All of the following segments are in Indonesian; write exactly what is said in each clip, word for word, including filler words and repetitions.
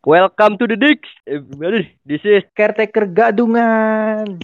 Welcome to the Dicks. Everybody, this is Caretaker Gadungan.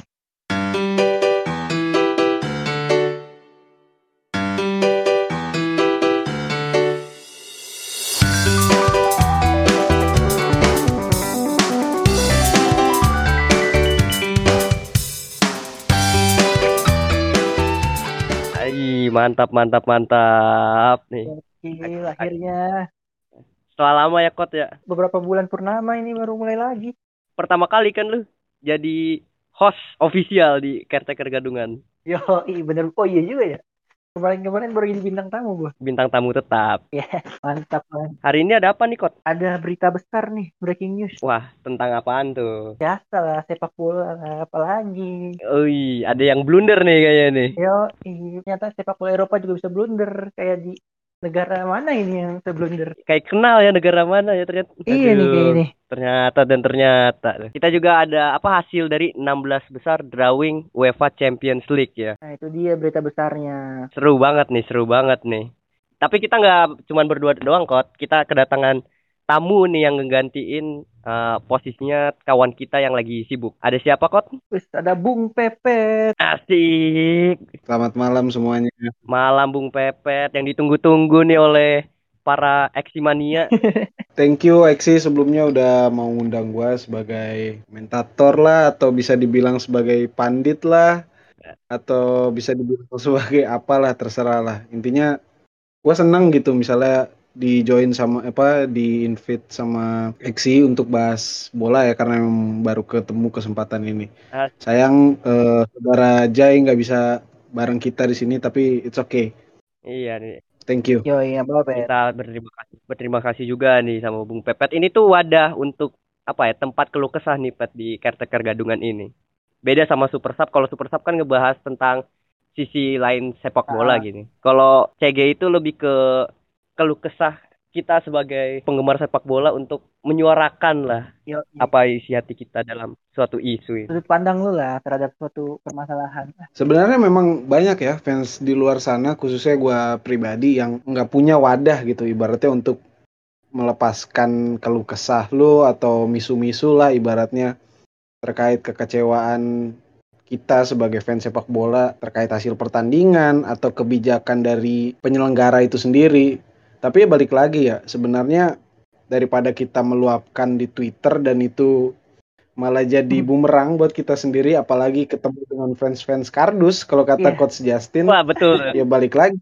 Ay, mantap, mantap, mantap nih. Gokil, akhirnya Setelah lama ya, Kot ya. beberapa bulan purnama ini baru mulai lagi. Pertama kali kan lu jadi host official di Caretaker Gadungan. Yo, iya bener. Oh iya juga ya. Kemarin-kemarin baru jadi bintang tamu gua. Bintang tamu tetap. Ya, mantap man. Hari ini ada apa nih, Kot? Ada berita besar nih, breaking news. Wah, tentang apaan tuh? Biasa lah, sepak bola lah, apalagi. Ui, ada yang blunder nih kayaknya nih. Yo, iya, ternyata sepak bola Eropa juga bisa blunder. Kayak di negara mana ini yang bisa blunder? Kayak kenal ya negara mana ya ternyata. Iya nih, kayak ini. Ternyata dan ternyata. Kita juga ada apa hasil dari enam belas besar drawing UEFA Champions League ya. Nah, itu dia berita besarnya. Seru banget nih, seru banget nih. Tapi kita nggak cuma berdua doang, Kot. Kita kedatangan tamu nih yang ngegantiin uh, posisinya kawan kita yang lagi sibuk. Ada siapa, Kot? Terus ada Bung Pepet. Asik. Selamat malam semuanya. Malam Bung Pepet yang ditunggu-tunggu nih oleh para Eksimania. Thank you Eksi sebelumnya udah mau ngundang gue sebagai komentator lah, atau bisa dibilang sebagai pandit lah, atau bisa dibilang sebagai apalah, terserah lah. Intinya gue seneng gitu misalnya di join sama apa di invite sama Eksi untuk bahas bola ya, karena memang baru ketemu kesempatan ini. As- Sayang eh, saudara Jai nggak bisa bareng kita di sini, tapi it's okay. Iya nih. Thank you. Yo, iya apa Pet? Kita berterima kasih, berterima kasih juga nih sama Bung Pepet. Ini tuh wadah untuk apa ya, tempat keluh kesah nih Pet di Caretaker Gadungan ini. Beda sama Super Sub. Kalau Super Sub kan ngebahas tentang sisi lain sepak bola Ah. gini. Kalau C G itu lebih ke keluh kesah kita sebagai penggemar sepak bola untuk menyuarakan lah Yo, iya. apa isi hati kita dalam suatu isu ini. Sudut pandang lu lah terhadap suatu permasalahan. Sebenarnya memang banyak ya fans di luar sana, khususnya gue pribadi yang nggak punya wadah gitu, ibaratnya untuk melepaskan keluh kesah lu atau misu-misu lah ibaratnya terkait kekecewaan kita sebagai fans sepak bola terkait hasil pertandingan atau kebijakan dari penyelenggara itu sendiri. Tapi ya balik lagi ya, sebenarnya daripada kita meluapkan di Twitter dan itu malah jadi bumerang buat kita sendiri, apalagi ketemu dengan fans-fans kardus kalau kata Iya. Coach Justin. Wah, betul. Ya balik lagi.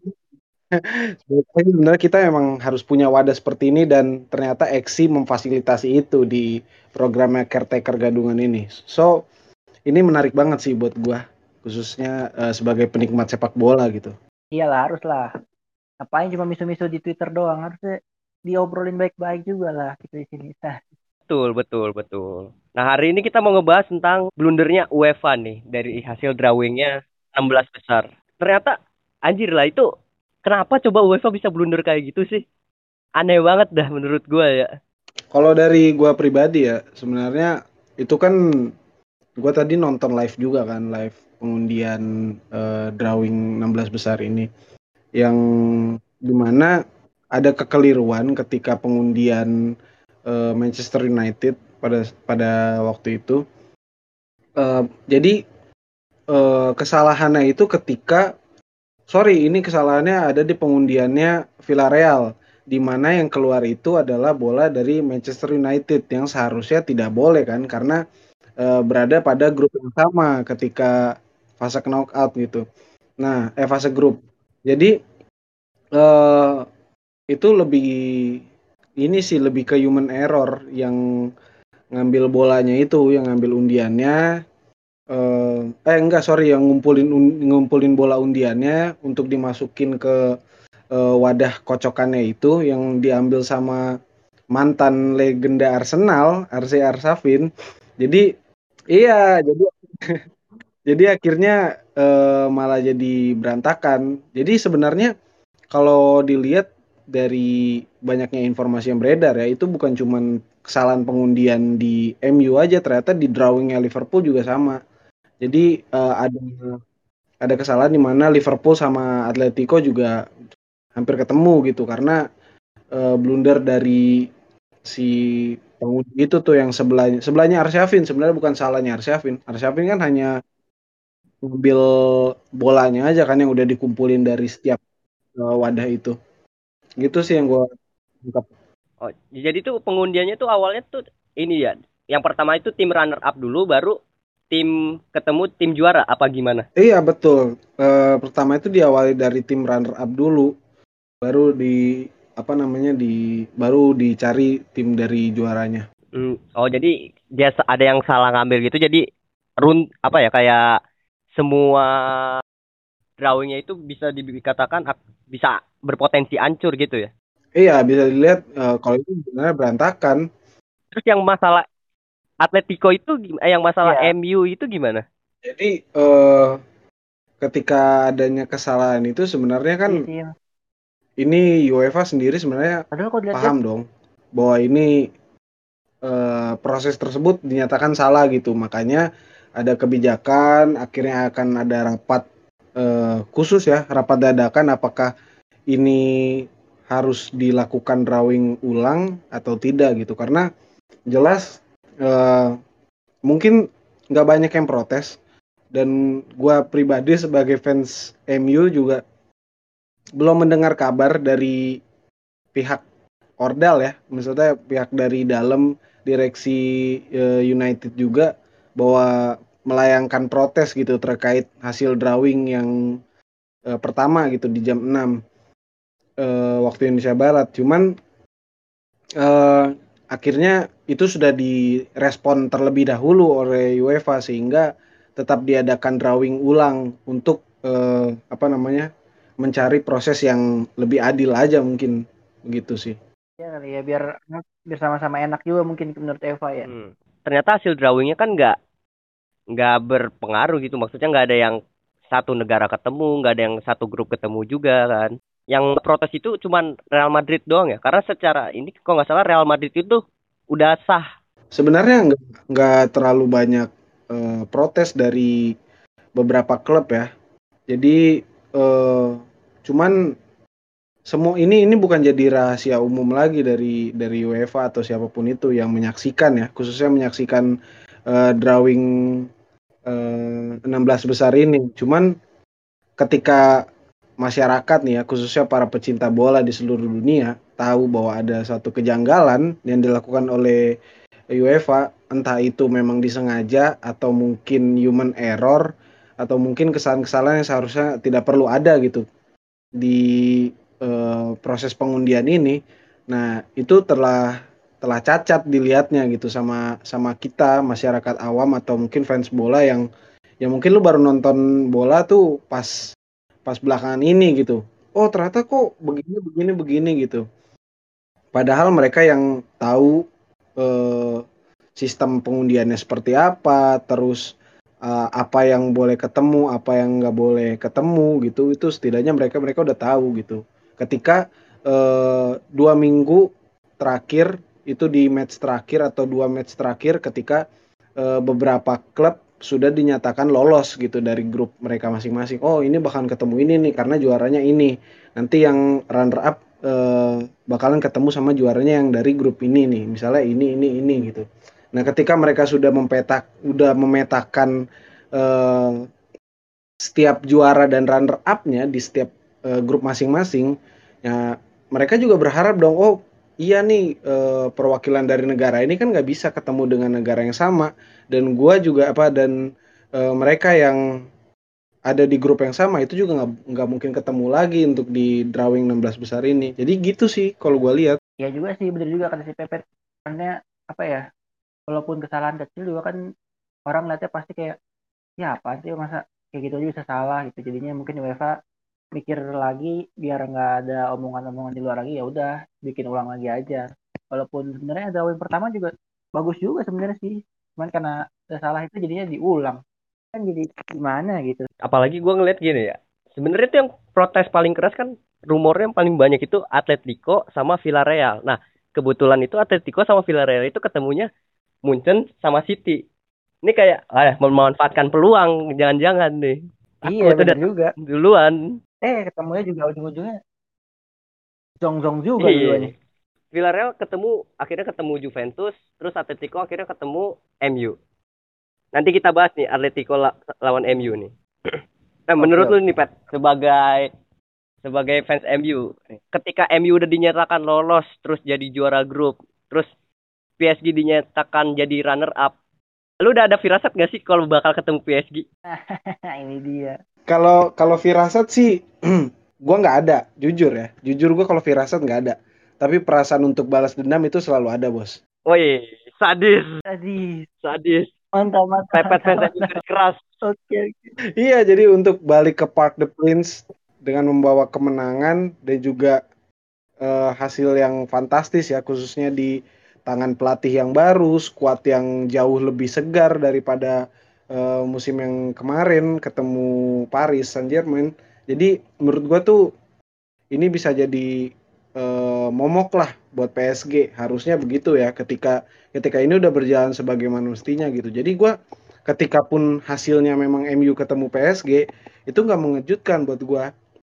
Balik lagi, sebenarnya kita memang harus punya wadah seperti ini, dan ternyata Eksi memfasilitasi itu di programnya Caretaker Gadungan ini. So ini menarik banget sih buat gua, khususnya uh, sebagai penikmat sepak bola gitu. Iyalah, harus lah. Ngapain cuma misu-misu di Twitter doang? Harusnya diobrolin baik-baik juga lah gitu di sini. Nah, Betul, betul, betul. Nah, hari ini kita mau ngebahas tentang blundernya UEFA nih dari hasil drawingnya enam belas besar. Ternyata anjir lah itu, kenapa coba UEFA bisa blunder kayak gitu sih? Aneh banget dah menurut gua ya. Kalau dari gua pribadi ya, sebenarnya itu kan gua tadi nonton live juga kan, live pengundian uh, drawing enam belas besar ini, yang dimana ada kekeliruan ketika pengundian uh, Manchester United pada pada waktu itu. Uh, jadi uh, kesalahannya itu ketika sorry ini kesalahannya ada di pengundiannya Villarreal, di mana yang keluar itu adalah bola dari Manchester United yang seharusnya tidak boleh kan, karena uh, berada pada grup yang sama ketika fase knockout gitu. Nah, eh fase grup. Jadi uh, itu lebih ini sih lebih ke human error, yang ngambil bolanya itu, yang ngambil undiannya. Uh, eh enggak sorry yang ngumpulin ngumpulin bola undiannya untuk dimasukin ke uh, wadah kocokannya itu, yang diambil sama mantan legenda Arsenal, R C Arshavin. Jadi iya, jadi jadi akhirnya uh, malah jadi berantakan. Jadi sebenarnya kalau dilihat dari banyaknya informasi yang beredar ya, itu bukan cuman kesalahan pengundian di M U aja, ternyata di drawingnya Liverpool juga sama. Jadi uh, ada ada kesalahan di mana Liverpool sama Atletico juga hampir ketemu gitu, karena uh, blunder dari si penguji itu tuh yang sebelahnya sebelahnya Arshavin, sebenarnya bukan salahnya Arshavin. Arshavin kan hanya ngambil bolanya aja kan yang udah dikumpulin dari setiap uh, wadah itu. Gitu sih yang gue ungkap. Oh, jadi tuh pengundiannya tuh awalnya tuh ini ya. Yang pertama itu tim runner up dulu, baru tim ketemu tim juara apa gimana? Iya betul. Uh, pertama itu diawali dari tim runner up dulu, baru di apa namanya di baru dicari tim dari juaranya. Hmm, oh jadi dia se- ada yang salah ngambil gitu, jadi run apa ya kayak semua drawingnya itu bisa dikatakan ak- bisa berpotensi hancur gitu ya. Iya bisa dilihat uh, kalau itu sebenarnya berantakan. Terus yang masalah Atletico itu gim- eh, yang masalah Iya. M U itu gimana? Jadi uh, ketika adanya kesalahan itu sebenarnya kan Iya sih. ini UEFA sendiri sebenarnya Padahal kalau dilihat paham dong bahwa ini uh, proses tersebut dinyatakan salah gitu. Makanya ada kebijakan, akhirnya akan ada rapat uh, khusus ya, rapat dadakan apakah ini harus dilakukan drawing ulang atau tidak gitu. Karena jelas uh, mungkin nggak banyak yang protes, dan gue pribadi sebagai fans M U juga belum mendengar kabar dari pihak Ordal ya, maksudnya pihak dari dalam direksi uh, United juga, bahwa melayangkan protes gitu terkait hasil drawing yang uh, pertama gitu di jam enam uh, waktu Indonesia Barat. Cuman uh, akhirnya itu sudah direspon terlebih dahulu oleh UEFA sehingga tetap diadakan drawing ulang untuk uh, apa namanya mencari proses yang lebih adil aja mungkin begitu sih. ya kali ya biar biar sama-sama enak juga mungkin menurut Eva ya. Hmm. Ternyata hasil drawingnya kan nggak nggak berpengaruh gitu, maksudnya nggak ada yang satu negara ketemu, nggak ada yang satu grup ketemu juga kan. Yang protes itu cuman Real Madrid doang ya, karena secara ini kok nggak salah Real Madrid itu udah sah. Sebenarnya nggak nggak terlalu banyak uh, protes dari beberapa klub ya. Jadi uh, cuman semua ini ini bukan jadi rahasia umum lagi dari dari UEFA atau siapapun itu yang menyaksikan ya, khususnya menyaksikan uh, drawing uh, enam belas besar ini. Cuman ketika masyarakat nih ya, khususnya para pecinta bola di seluruh dunia tahu bahwa ada satu kejanggalan yang dilakukan oleh UEFA, entah itu memang disengaja atau mungkin human error atau mungkin kesalahan-kesalahan yang seharusnya tidak perlu ada gitu di uh, proses pengundian ini. Nah, itu telah telah cacat dilihatnya gitu sama sama kita masyarakat awam atau mungkin fans bola yang ya mungkin lu baru nonton bola tuh pas pas belakangan ini gitu. Oh, ternyata kok begini begini begini gitu. Padahal mereka yang tahu eh, sistem pengundiannya seperti apa, terus eh, apa yang boleh ketemu, apa yang nggak boleh ketemu gitu, itu setidaknya mereka mereka udah tahu gitu. Ketika eh, dua minggu terakhir itu di match terakhir atau dua match terakhir ketika eh, beberapa klub sudah dinyatakan lolos gitu dari grup mereka masing-masing. Oh, ini bahkan ketemu ini nih karena juaranya ini. Nanti yang runner up eh, bakalan ketemu sama juaranya yang dari grup ini nih. Misalnya ini ini ini gitu. Nah, ketika mereka sudah mempetak udah memetakan eh, setiap juara dan runner up-nya di setiap eh, grup masing-masing, ya mereka juga berharap dong, oh iya nih eh, perwakilan dari negara ini kan nggak bisa ketemu dengan negara yang sama, dan gua juga apa dan eh, mereka yang ada di grup yang sama itu juga nggak nggak mungkin ketemu lagi untuk di drawing enam belas besar ini. Jadi gitu sih kalau gua lihat. Ya juga sih bener juga kata si Pepet. Karena apa ya? Walaupun kesalahan kecil juga kan orang lihatnya pasti kayak ya apa sih masa kayak gitu aja bisa salah gitu. Jadinya mungkin UEFA mikir lagi biar nggak ada omongan-omongan di luar lagi, ya udah bikin ulang lagi aja. Walaupun sebenarnya drawing pertama juga bagus juga sebenarnya sih. Cuman karena ada salah itu jadinya diulang. Kan jadi gimana gitu. Apalagi gue ngeliat gini ya, sebenarnya tuh yang protes paling keras kan rumornya yang paling banyak itu Atletico sama Villarreal. Nah, kebetulan itu Atletico sama Villarreal itu ketemunya Munchen sama City. Ini kayak ah, memanfaatkan peluang, jangan-jangan nih. Iya Aku tuh bener datang juga. duluan. Eh ketemunya juga ujung-ujungnya zong-zong juga Iya. duluannya. Villarreal ketemu akhirnya ketemu Juventus, terus Atletico akhirnya ketemu M U. Nanti kita bahas nih Atletico la- lawan M U nih. Nah, Oke, menurut lu oke. nih Pat, sebagai sebagai fans M U, ketika M U udah dinyatakan lolos terus jadi juara grup, terus P S G dinyatakan jadi runner up, lu udah ada firasat gak sih kalau bakal ketemu P S G? Ini dia. Kalau kalau firasat sih gue nggak ada, jujur ya. Jujur gue kalau firasat nggak ada. Tapi perasaan untuk balas dendam itu selalu ada, Bos. Woi, sadis, Tadi sadis. mantap, mantap, Pepet mantap, fans M U mantap. garis keras. Oke, oke. Iya, jadi untuk balik ke Park the Prince dengan membawa kemenangan dan juga eh, hasil yang fantastis ya, khususnya di tangan pelatih yang baru, skuad yang jauh lebih segar daripada eh, musim yang kemarin ketemu Paris Saint-Germain. Jadi menurut gua tuh ini bisa jadi eh, momok lah buat P S G. Harusnya begitu ya, ketika ketika ini udah berjalan sebagaimana mestinya gitu. Jadi gua ketika pun hasilnya memang M U ketemu P S G itu nggak mengejutkan buat gua.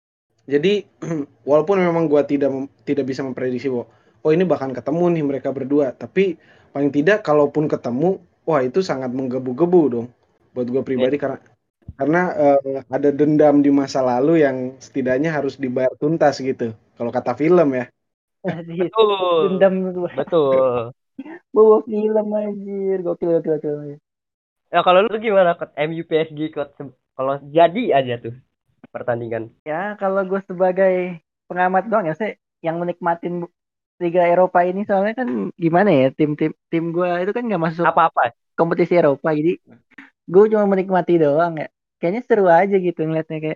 Jadi walaupun memang gua tidak mem- tidak bisa memprediksi bahwa oh ini bahkan ketemu nih mereka berdua, tapi paling tidak kalaupun ketemu, wah itu sangat menggebu-gebu dong buat gua Ya, pribadi karena karena eh, ada dendam di masa lalu yang setidaknya harus dibayar tuntas gitu. Kalau kata film ya. Tadi betul. dendam gue. Betul. Bawa film anjir. Gokil, gokil, gokil. Ya kalau lu gimana kot M U P S G kot Se- kalau jadi aja tuh pertandingan. Ya, kalau gue sebagai pengamat doang ya, saya yang menikmatin bu- Liga Eropa ini soalnya kan gimana ya, tim-tim tim gue itu kan nggak masuk Apa-apa. kompetisi Eropa, jadi gue cuma menikmati doang ya. Kayaknya seru aja gitu ngeliatnya, kayak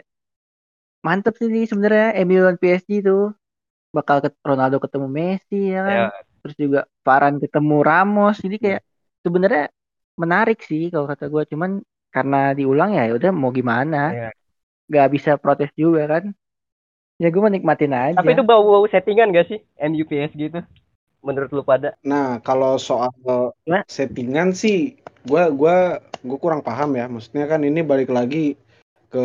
mantep sih nih sebenarnya M U dan P S G tuh bakal ket- Ronaldo ketemu Messi ya kan, Ya. terus juga Varane ketemu Ramos, jadi kayak sebenarnya menarik sih kalau kata gue, cuman karena diulang ya, ya udah mau gimana, Ya. nggak bisa protes juga kan, ya gue menikmatin Tapi aja. itu bau-bau settingan gak sih M U P S G itu menurut lu pada? Nah, kalau soal Cuma settingan sih gua gua gua kurang paham ya. Maksudnya kan ini balik lagi ke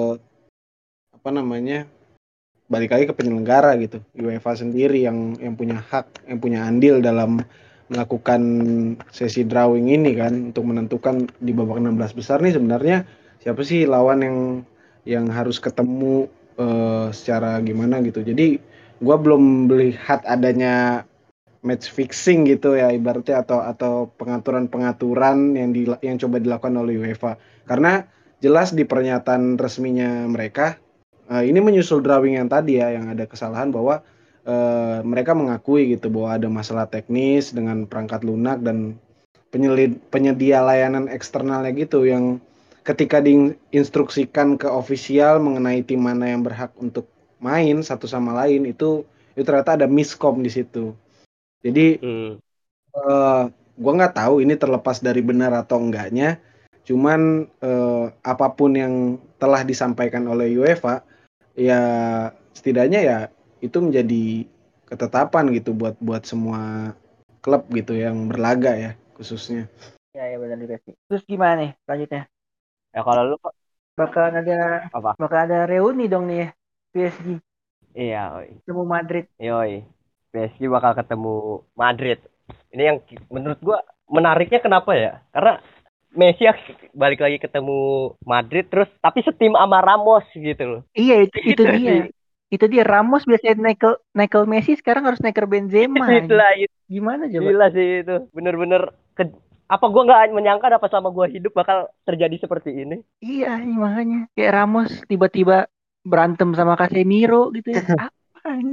apa namanya? Balik lagi ke penyelenggara gitu. UEFA sendiri yang yang punya hak, yang punya andil dalam melakukan sesi drawing ini kan untuk menentukan di babak enam belas besar nih sebenarnya siapa sih lawan yang yang harus ketemu eh, secara gimana gitu. Jadi gua belum melihat adanya match fixing gitu ya ibaratnya atau atau pengaturan-pengaturan yang di, yang coba dilakukan oleh UEFA. Karena jelas di pernyataan resminya mereka eh, ini menyusul drawing yang tadi ya yang ada kesalahan bahwa eh, mereka mengakui gitu bahwa ada masalah teknis dengan perangkat lunak dan penyelid, penyedia layanan eksternalnya gitu yang ketika diinstruksikan ke ofisial mengenai tim mana yang berhak untuk main satu sama lain itu itu ternyata ada miskom di situ. Jadi Hmm. eh gue nggak tahu ini terlepas dari benar atau enggaknya. Cuman eh, apapun yang telah disampaikan oleh UEFA, ya setidaknya ya itu menjadi ketetapan gitu buat buat semua klub gitu yang berlaga ya khususnya. ya, ya benar juga sih. Terus gimana nih lanjutnya? Ya kalau lu kok Bakal ada apa? bakal ada reuni dong nih ya, P S G Iya, oi. ketemu Madrid. Yoi. P S G bakal ketemu Madrid. Ini yang menurut gua menariknya kenapa ya? Karena Messi ya balik lagi ketemu Madrid terus tapi setim sama Ramos gitu loh. Iya, itu, itu Itu dia. sih. Itu dia, Ramos biasanya nekel nekel Messi, sekarang harus nekel Benzema aja. Itulah itu. Gimana coba? Gila sih itu. Bener-bener ke- apa gua nggak menyangka apa selama gua hidup bakal terjadi seperti ini. Iya, ini makanya kayak Ramos tiba-tiba berantem sama Casemiro gitu ya. Apa ini?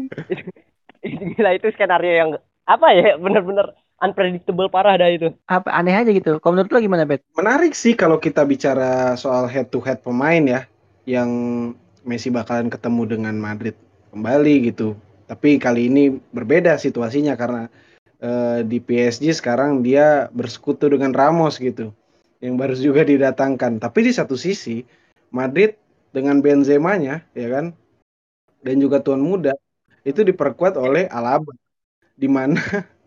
Gila itu skenario yang apa ya bener-bener unpredictable parah dah itu. Apa aneh aja gitu. Kalau menurut lo gimana, Bet? Menarik sih kalau kita bicara soal head to head pemain ya yang Messi bakalan ketemu dengan Madrid kembali gitu. Tapi kali ini berbeda situasinya karena eh, di P S G sekarang dia bersekutu dengan Ramos gitu yang baru juga didatangkan. Tapi di satu sisi Madrid dengan Benzemanya ya kan dan juga tuan muda itu diperkuat oleh Alaba di mana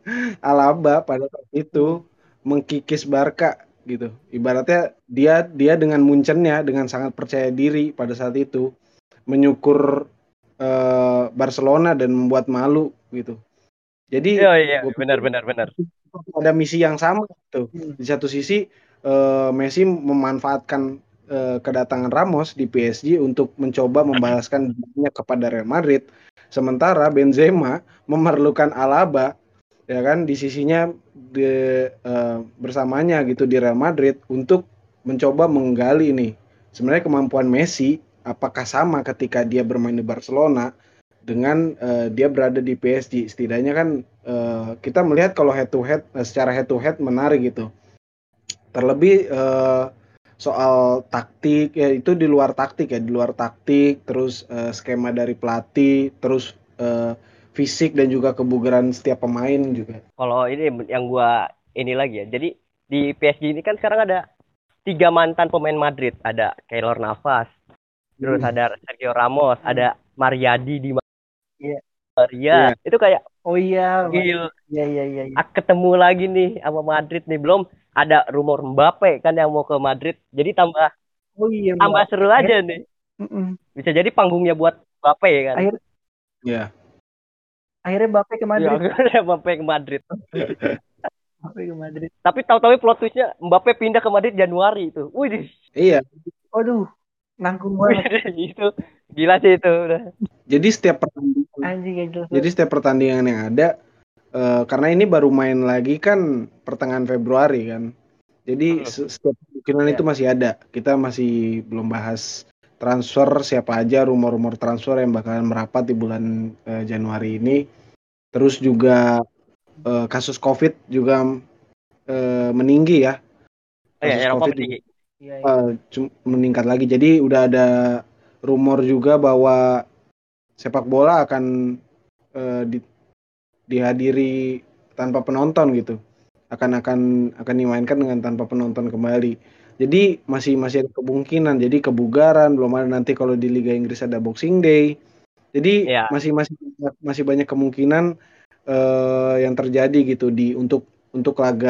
Alaba pada saat itu mengkikis Barca gitu. Ibaratnya dia dia dengan muncennya dengan sangat percaya diri pada saat itu menyukur eh, Barcelona dan membuat malu gitu. Jadi Iya, iya, gue benar, pikir benar, benar. ada misi yang sama gitu. Hmm. Di satu sisi eh, Messi memanfaatkan eh, kedatangan Ramos di P S G untuk mencoba membalaskan dendamnya kepada Real Madrid. Sementara Benzema memerlukan Alaba ya kan di sisinya di, eh, bersamanya gitu di Real Madrid untuk mencoba menggali nih sebenarnya kemampuan Messi apakah sama ketika dia bermain di Barcelona dengan eh, dia berada di P S G. Setidaknya kan eh, kita melihat kalau head to head eh, secara head to head menarik gitu. Terlebih eh, soal taktik ya itu di luar taktik ya, di luar taktik, terus eh, skema dari pelatih, terus eh, fisik dan juga kebugaran setiap pemain juga. Kalau ini yang gua ini lagi ya. Jadi di P S G ini kan sekarang ada tiga mantan pemain Madrid. Ada Keylor Navas, terus Hmm. ada Sergio Ramos, Hmm. ada Mariadi di Iya. Maria. Iya. Itu kayak Oh iya, gil, iya iya iya. iya. ah, ketemu lagi nih sama Madrid nih. Belum ada rumor Mbappe kan yang mau ke Madrid. Jadi tambah Oh iya, tambah Mbak. seru Akhir, aja nih. mm-mm. Bisa jadi panggungnya buat Mbappe kan. akhir Iya. akhirnya Mbappe ke Iya, Madrid. akhirnya Mbappe ke Madrid. Mbappe ke Madrid. Tapi tahu-tahu plot twistnya Mbappe pindah ke Madrid Januari itu. Wih, Iya. Waduh, nanggung wih, banget. itu gila sih itu udah. Jadi setiap pertandingan, Anjing gak jelas jadi banget. setiap pertandingan yang ada eh, karena ini baru main lagi kan pertengahan Februari kan. Jadi Hmm. se- setiap kemungkinan Iya. itu masih ada. Kita masih belum bahas transfer siapa aja rumor-rumor transfer yang bakalan merapat di bulan eh, Januari ini. Terus juga eh, kasus COVID juga eh, meninggi ya. Oh, ya, Kasus Eropa COVID juga meninggi. Iya, iya. eh, cum- meningkat lagi. Jadi udah ada rumor juga bahwa sepak bola akan eh, di- dihadiri tanpa penonton gitu. Akan akan akan dimainkan dengan tanpa penonton kembali. Jadi masih masih ada kemungkinan. Jadi kebugaran belum ada nanti kalau di Liga Inggris ada Boxing Day. Jadi Ya, masih masih masih banyak kemungkinan eh, yang terjadi gitu di untuk untuk laga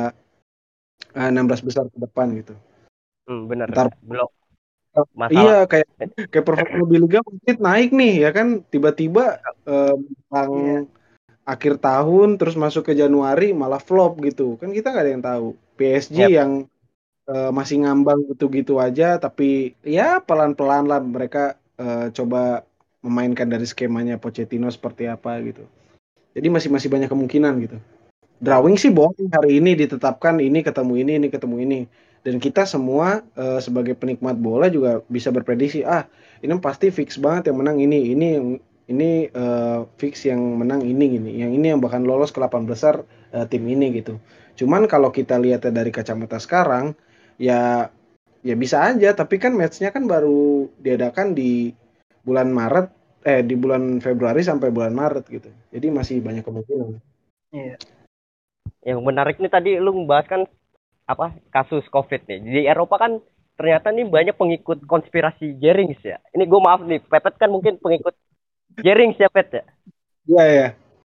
eh, enam belas besar ke depan gitu. hmm, bener. Ntar Belum iya masalah. kayak kayak performa di Liga Madrid naik nih ya kan tiba-tiba eh, bang Iya. akhir tahun terus masuk ke Januari malah flop gitu kan kita nggak ada yang tahu P S G Yap. yang eh, masih ngambang gitu-gitu aja tapi ya pelan-pelan lah mereka eh, coba memainkan dari skemanya Pochettino seperti apa gitu jadi masih masih banyak kemungkinan gitu Hmm. drawing sih bohong hari ini ditetapkan ini ketemu ini ini ketemu ini dan kita semua eh, sebagai penikmat bola juga bisa berprediksi ah ini pasti fix banget yang menang ini ini ini eh, fix yang menang ini gini yang ini yang bahkan lolos ke delapan besar eh, tim ini gitu cuman kalau kita lihat dari kacamata sekarang ya ya bisa aja tapi kan matchnya kan baru diadakan di bulan Maret eh di bulan Februari sampai bulan Maret gitu jadi masih banyak kemungkinan. Iya. Yang menarik nih tadi lu membahas kan apa kasus COVID nih. Di Eropa kan ternyata nih banyak pengikut konspirasi Jerings ya. Ini gue maaf nih, Pepet kan mungkin pengikut Jerings ya, Pet ya. Iya ya.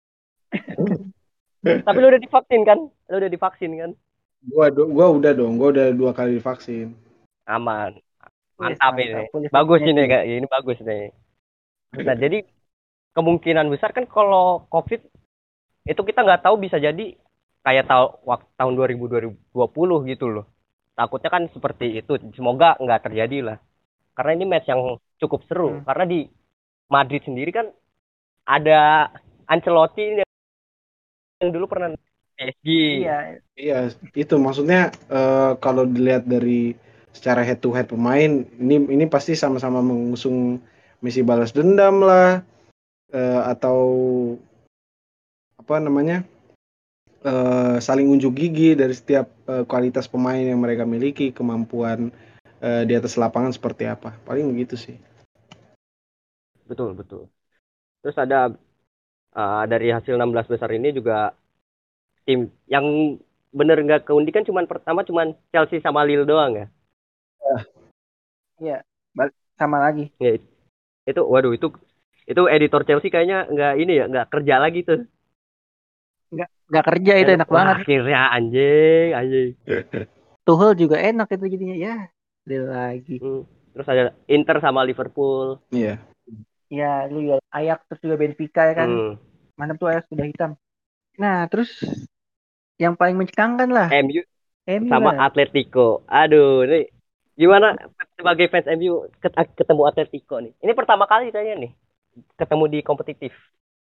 Tapi lu udah divaksin kan? Lu udah divaksin kan? Gua gua udah dong, gua udah dua kali divaksin. Aman. Yes, Mantap mantap. ini. Full Bagus ini vaccinated. kayak ini bagus nih. Nah, jadi kemungkinan besar kan kalau COVID itu kita nggak tahu bisa jadi kayak tahun waktu tahun dua ribu dua puluh gitu loh. Takutnya kan seperti itu. Semoga nggak terjadi lah. Karena ini match yang cukup seru. Hmm. Karena di Madrid sendiri kan ada Ancelotti yang dulu pernah P S G. Iya. Iya, itu maksudnya eh, kalau dilihat dari secara head to head pemain, ini ini pasti sama-sama mengusung misi balas dendam lah eh, atau apa namanya? eh, saling unjuk gigi dari setiap eh, kualitas pemain yang mereka miliki, kemampuan eh, di atas lapangan seperti apa. Paling begitu sih. Betul, betul. Terus ada uh, dari hasil enam belas besar ini juga tim yang bener nggak keundikan cuman pertama cuman Chelsea sama Lille doang ya. Iya. Bal- Sama lagi. Ya, itu waduh itu itu editor Chelsea kayaknya nggak ini ya nggak kerja lagi tuh. Nggak nggak kerja itu Itu, enak wah banget. akhirnya anjing anjing. Tuchel juga enak itu jadinya ya. Dia lagi. Hmm. Terus ada Inter sama Liverpool. Iya. Ya, lu juga Ajax terus juga Benfica ya kan. Hmm. Mana tuh Ajax udah hitam. Nah, terus yang paling mencengangkan lah, M U M U sama lah. Atletico. Aduh, ini gimana sebagai fans M U ket- ketemu Atletico nih? Ini pertama kali kayaknya nih ketemu di kompetitif.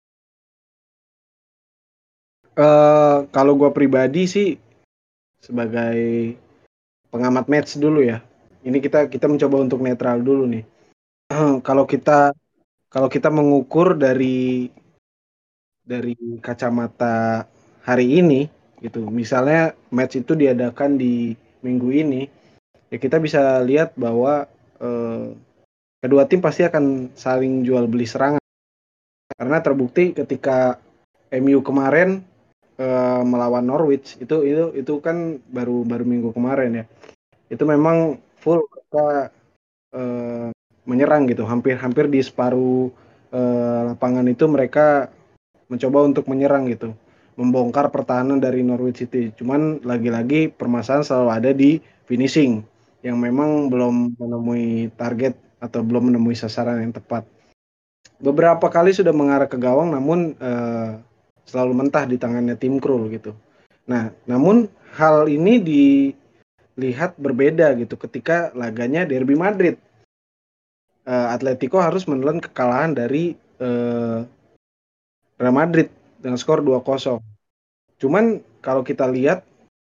Eh kalau gue pribadi sih sebagai pengamat match dulu ya. Ini kita kita mencoba untuk netral dulu nih. Kalau kita kalau kita mengukur dari dari kacamata hari ini gitu. Misalnya match itu diadakan di minggu ini, ya kita bisa lihat bahwa eh, kedua tim pasti akan saling jual beli serangan. Karena terbukti ketika M U kemarin eh, melawan Norwich itu itu itu kan baru baru minggu kemarin ya. Itu memang full mereka eh, menyerang gitu. Hampir-hampir di separuh eh, lapangan itu mereka mencoba untuk menyerang gitu, membongkar pertahanan dari Norwich City. Cuman lagi-lagi permasalahan selalu ada di finishing yang memang belum menemui target atau belum menemui sasaran yang tepat. Beberapa kali sudah mengarah ke gawang, namun eh, selalu mentah di tangannya tim Krul gitu. Nah, namun hal ini dilihat berbeda gitu ketika laganya Derby Madrid. Eh, Atletico harus menelan kekalahan dari eh, Real Madrid dengan skor dua kosong. Cuman kalau kita lihat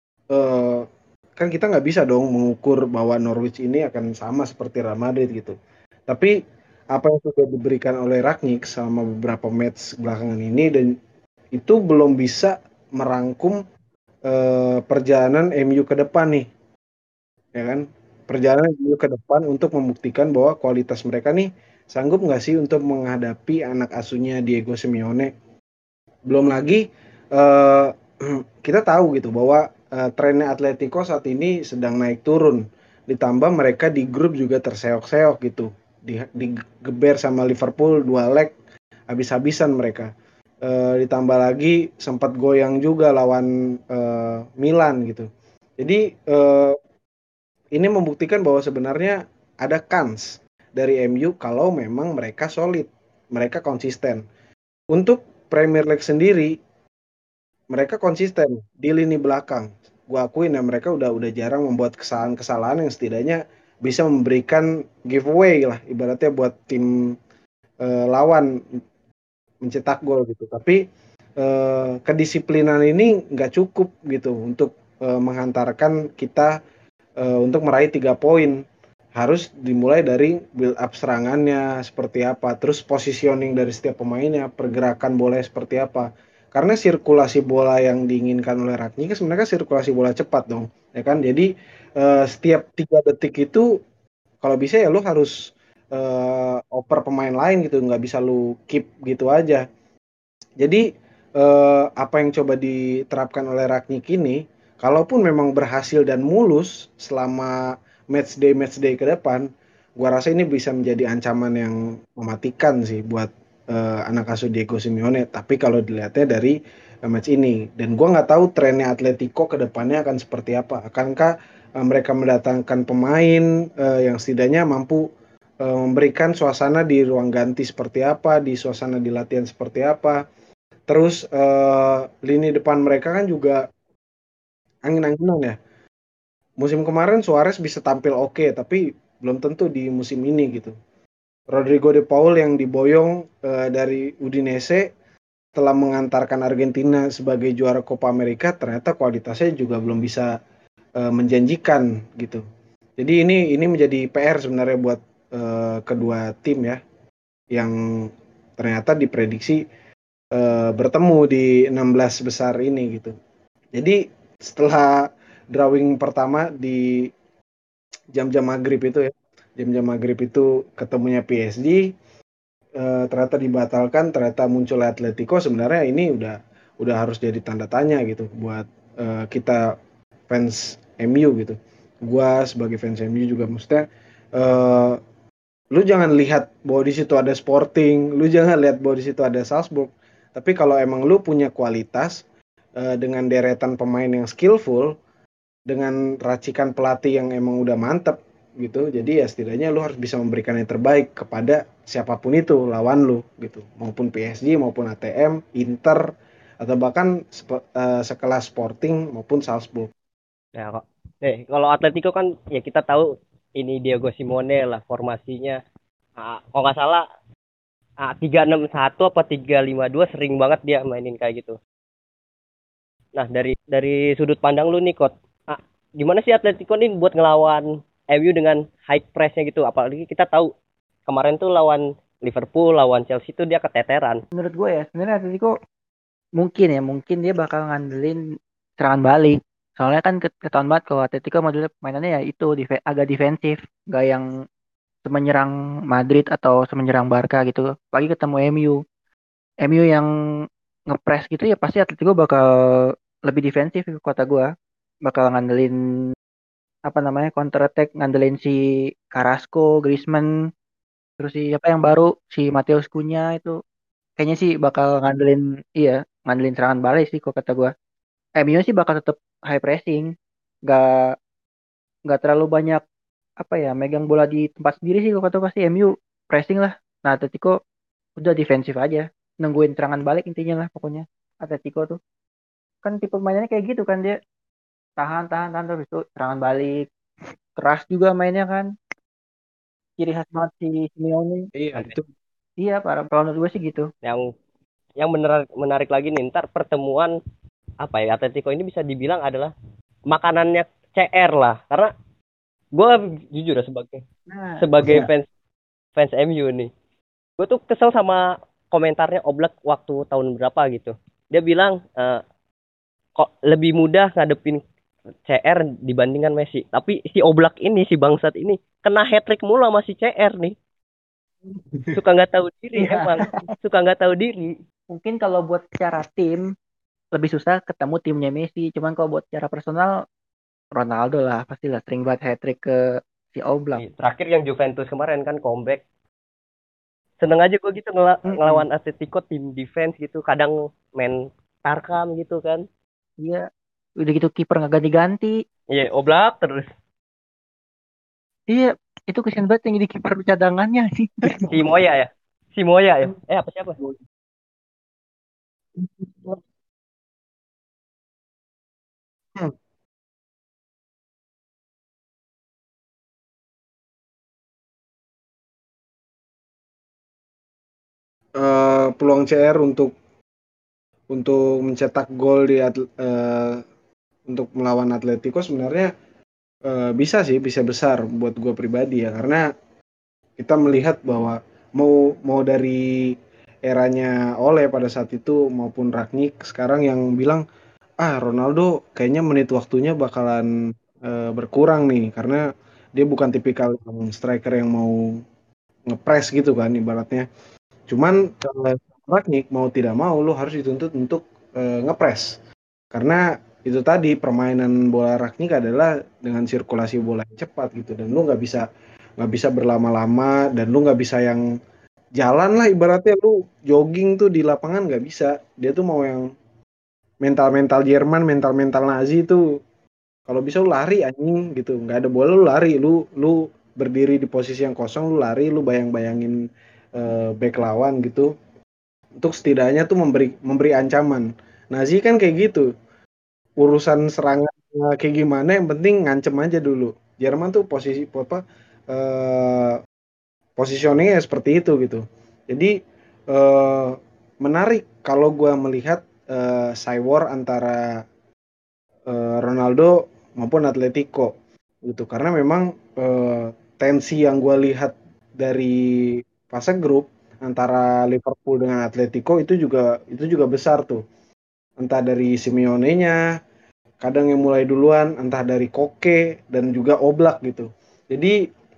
eh, kan kita nggak bisa dong mengukur bahwa Norwich ini akan sama seperti Real Madrid gitu. Tapi apa yang sudah diberikan oleh Rangnick selama beberapa match belakangan ini dan itu belum bisa merangkum eh, perjalanan M U ke depan nih, ya kan? Perjalanan M U ke depan untuk membuktikan bahwa kualitas mereka nih sanggup nggak sih untuk menghadapi anak asuhnya Diego Simeone. Belum lagi eh, kita tahu gitu bahwa eh, trennya Atletico saat ini sedang naik turun. Ditambah mereka di grup juga terseok-seok gitu. Di, digeber sama Liverpool dua leg habis-habisan mereka. Eh, ditambah lagi sempat goyang juga lawan eh, Milan gitu. Jadi eh, ini membuktikan bahwa sebenarnya ada kans dari M U kalau memang mereka solid, mereka konsisten. Untuk Premier League sendiri mereka konsisten di lini belakang. Gua akuin ya mereka udah udah jarang membuat kesalahan-kesalahan yang setidaknya bisa memberikan giveaway lah ibaratnya buat tim eh, lawan mencetak gol gitu. Tapi eh, kedisiplinan ini nggak cukup gitu untuk eh, menghantarkan kita eh, untuk meraih tiga poin. Harus dimulai dari build up serangannya seperti apa, terus positioning dari setiap pemainnya, pergerakan bola seperti apa. Karena sirkulasi bola yang diinginkan oleh Ragnik sebenarnya sirkulasi bola cepat dong, ya kan? Jadi eh, setiap tiga detik itu kalau bisa ya lu harus eh, oper pemain lain gitu, nggak bisa lu keep gitu aja. Jadi eh, apa yang coba diterapkan oleh Ragnik ini, kalaupun memang berhasil dan mulus selama match day match day ke depan, gua rasa ini bisa menjadi ancaman yang mematikan sih buat eh, anak asuh Diego Simeone. Tapi kalau dilihatnya dari eh, match ini, dan gua nggak tahu trennya Atletico ke depannya akan seperti apa. Akankah eh, mereka mendatangkan pemain eh, yang setidaknya mampu eh, memberikan suasana di ruang ganti seperti apa, di suasana di latihan seperti apa. Terus eh, lini depan mereka kan juga angin-anginan ya. Musim kemarin Suarez bisa tampil oke, tapi belum tentu di musim ini gitu. Rodrigo de Paul yang diboyong eh, dari Udinese telah mengantarkan Argentina sebagai juara Copa America, ternyata kualitasnya juga belum bisa eh, menjanjikan gitu. Jadi ini ini menjadi P R sebenarnya buat eh, kedua tim ya, yang ternyata diprediksi eh, bertemu di enam belas besar ini gitu. Jadi setelah drawing pertama di jam-jam maghrib itu ya, jam-jam maghrib itu ketemunya P S G, eh, ternyata dibatalkan, ternyata muncul Atletico. Sebenarnya ini udah udah harus jadi tanda tanya gitu buat eh, kita fans M U gitu. Gua sebagai fans M U juga maksudnya eh, lu jangan lihat bahwa di situ ada Sporting, lu jangan lihat bahwa di situ ada Salzburg. Tapi kalau emang lu punya kualitas eh, dengan deretan pemain yang skillful, dengan racikan pelatih yang emang udah mantep gitu. Jadi ya setidaknya lu harus bisa memberikan yang terbaik kepada siapapun itu lawan lu gitu. Maupun P S G, maupun A T M, Inter, atau bahkan spe- eh, sekelas Sporting maupun Salzburg. Ya kok. Eh, kalau Atletico kan ya kita tahu ini Diego Simone lah formasinya. Ah, kalau nggak salah ah, tiga enam satu apa tiga lima dua sering banget dia mainin kayak gitu. Nah, dari dari sudut pandang lu nih, Kot. Ah, gimana sih Atletico nih buat ngelawan M U dengan high press-nya gitu? Apalagi kita tahu kemarin tuh lawan Liverpool, lawan Chelsea tuh dia keteteran. Menurut gue ya, sebenarnya Atletico mungkin ya, mungkin dia bakal ngandelin serangan balik. Soalnya kan ket- ketahuan banget kalau Atletico modulnya mainannya ya itu dife- agak defensif, gak yang semenyerang Madrid atau semenyerang Barca gitu. Lagi ketemu M U. M U yang ngepres gitu ya pasti Atletico bakal lebih defensif ke kota gua. Bakal ngandelin apa namanya counter attack, ngandelin si Carrasco, Griezmann, terus si apa yang baru si Mateus Cunha itu kayaknya sih bakal ngandelin iya, ngandelin serangan balik sih kok kata gua. M U sih bakal tetap high pressing. Gak nggak terlalu banyak apa ya megang bola di tempat sendiri sih kok kata pasti M U pressing lah. Nah, Atletico udah defensif aja, nungguin serangan balik intinya lah pokoknya. Atletico tuh kan tipe mainnya kayak gitu kan dia tahan tahan tahan terus itu serangan balik keras juga mainnya kan ciri khas banget si Simeone. Iya, itu. Iya para kalau menurut gue sih gitu. Yang yang menarik, menarik lagi nih, ntar pertemuan apa ya Atletico ini bisa dibilang adalah makanannya C R lah. Karena gue jujur ya sebagai Nah sebagai iya. fans fans M U nih, gue tuh kesel sama komentarnya Oblak waktu tahun berapa gitu. Dia bilang eh, kok lebih mudah ngadepin C R dibandingkan Messi. Tapi si Oblak ini, si bangsat ini kena hat trick mulu sama si C R nih. Suka nggak tahu diri Iya. emang. Suka nggak tahu diri. Mungkin kalau buat secara tim lebih susah ketemu timnya Messi. Cuman kalau buat secara personal Ronaldo lah pastilah sering banget hat trick ke si Oblak. Terakhir yang Juventus kemarin kan comeback. Seneng aja gue gitu ngel- Mm-mm. ngelawan Atletico tim defense gitu. Kadang main tarkam gitu kan. Iya. Udah gitu kiper nggak ganti-ganti. Iya, Oblak terus. Iya. Itu kesian banget yang jadi kiper cadangannya sih. Si Moya ya. Si Moya ya. Eh apa siapa? Hmm. Eh, peluang C R untuk untuk mencetak gol di atl- eh, untuk melawan Atletico sebenarnya eh, bisa sih, bisa besar buat gue pribadi ya, karena kita melihat bahwa mau mau dari eranya Ole pada saat itu maupun Ragnik sekarang yang bilang ah Ronaldo kayaknya menit waktunya bakalan eh, berkurang nih karena dia bukan tipikal yang striker yang mau ngepres gitu kan ibaratnya. Cuman kalau Ragnik mau tidak mau lo harus dituntut untuk eh, ngepres karena itu tadi permainan bola Ragnik adalah dengan sirkulasi bola yang cepat gitu dan lu nggak bisa nggak bisa berlama-lama dan lu nggak bisa yang jalan lah ibaratnya lu jogging tuh di lapangan nggak bisa dia tuh mau yang mental-mental Jerman mental-mental Nazi itu kalau bisa lu lari anjing gitu nggak ada bola lu lari lu lu berdiri di posisi yang kosong lu lari lu bayang-bayangin eh, back lawan gitu untuk setidaknya tuh memberi memberi ancaman Nazi kan kayak gitu urusan serangan eh, kayak gimana yang penting ngancem aja dulu Jerman tuh posisi apa eh, positioningnya seperti itu gitu jadi eh, menarik kalau gue melihat eh, cywar antara eh, Ronaldo maupun Atletico gitu karena memang eh, tensi yang gue lihat dari fase grup antara Liverpool dengan Atletico itu juga itu juga besar tuh entah dari Simeone-nya kadang yang mulai duluan entah dari Koke dan juga Oblak gitu jadi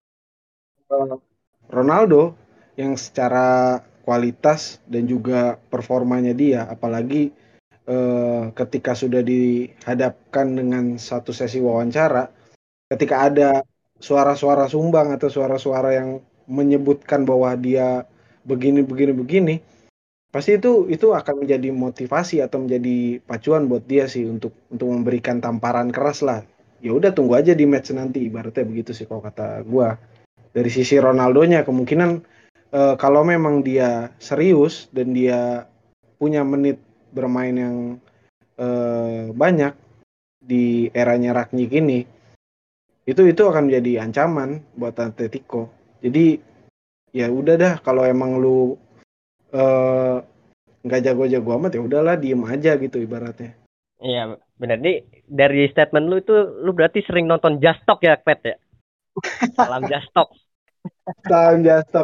eh, Ronaldo yang secara kualitas dan juga performanya dia apalagi eh, ketika sudah dihadapkan dengan satu sesi wawancara ketika ada suara-suara sumbang atau suara-suara yang menyebutkan bahwa dia begini begini begini pasti itu itu akan menjadi motivasi atau menjadi pacuan buat dia sih untuk untuk memberikan tamparan keras lah ya udah tunggu aja di match nanti ibaratnya begitu sih kalau kata gua dari sisi Ronaldonya kemungkinan eh, kalau memang dia serius dan dia punya menit bermain yang uh, banyak di eranya Rangnick ini, itu itu akan menjadi ancaman buat Atletico. Jadi ya udah dah, kalau emang lu uh, nggak jago-jago amat ya udahlah, diem aja gitu ibaratnya. Iya, benar. Nih dari statement lu itu lu berarti sering nonton Just Talk ya, Pet ya? Salam Just Talk. Salam Just Talk.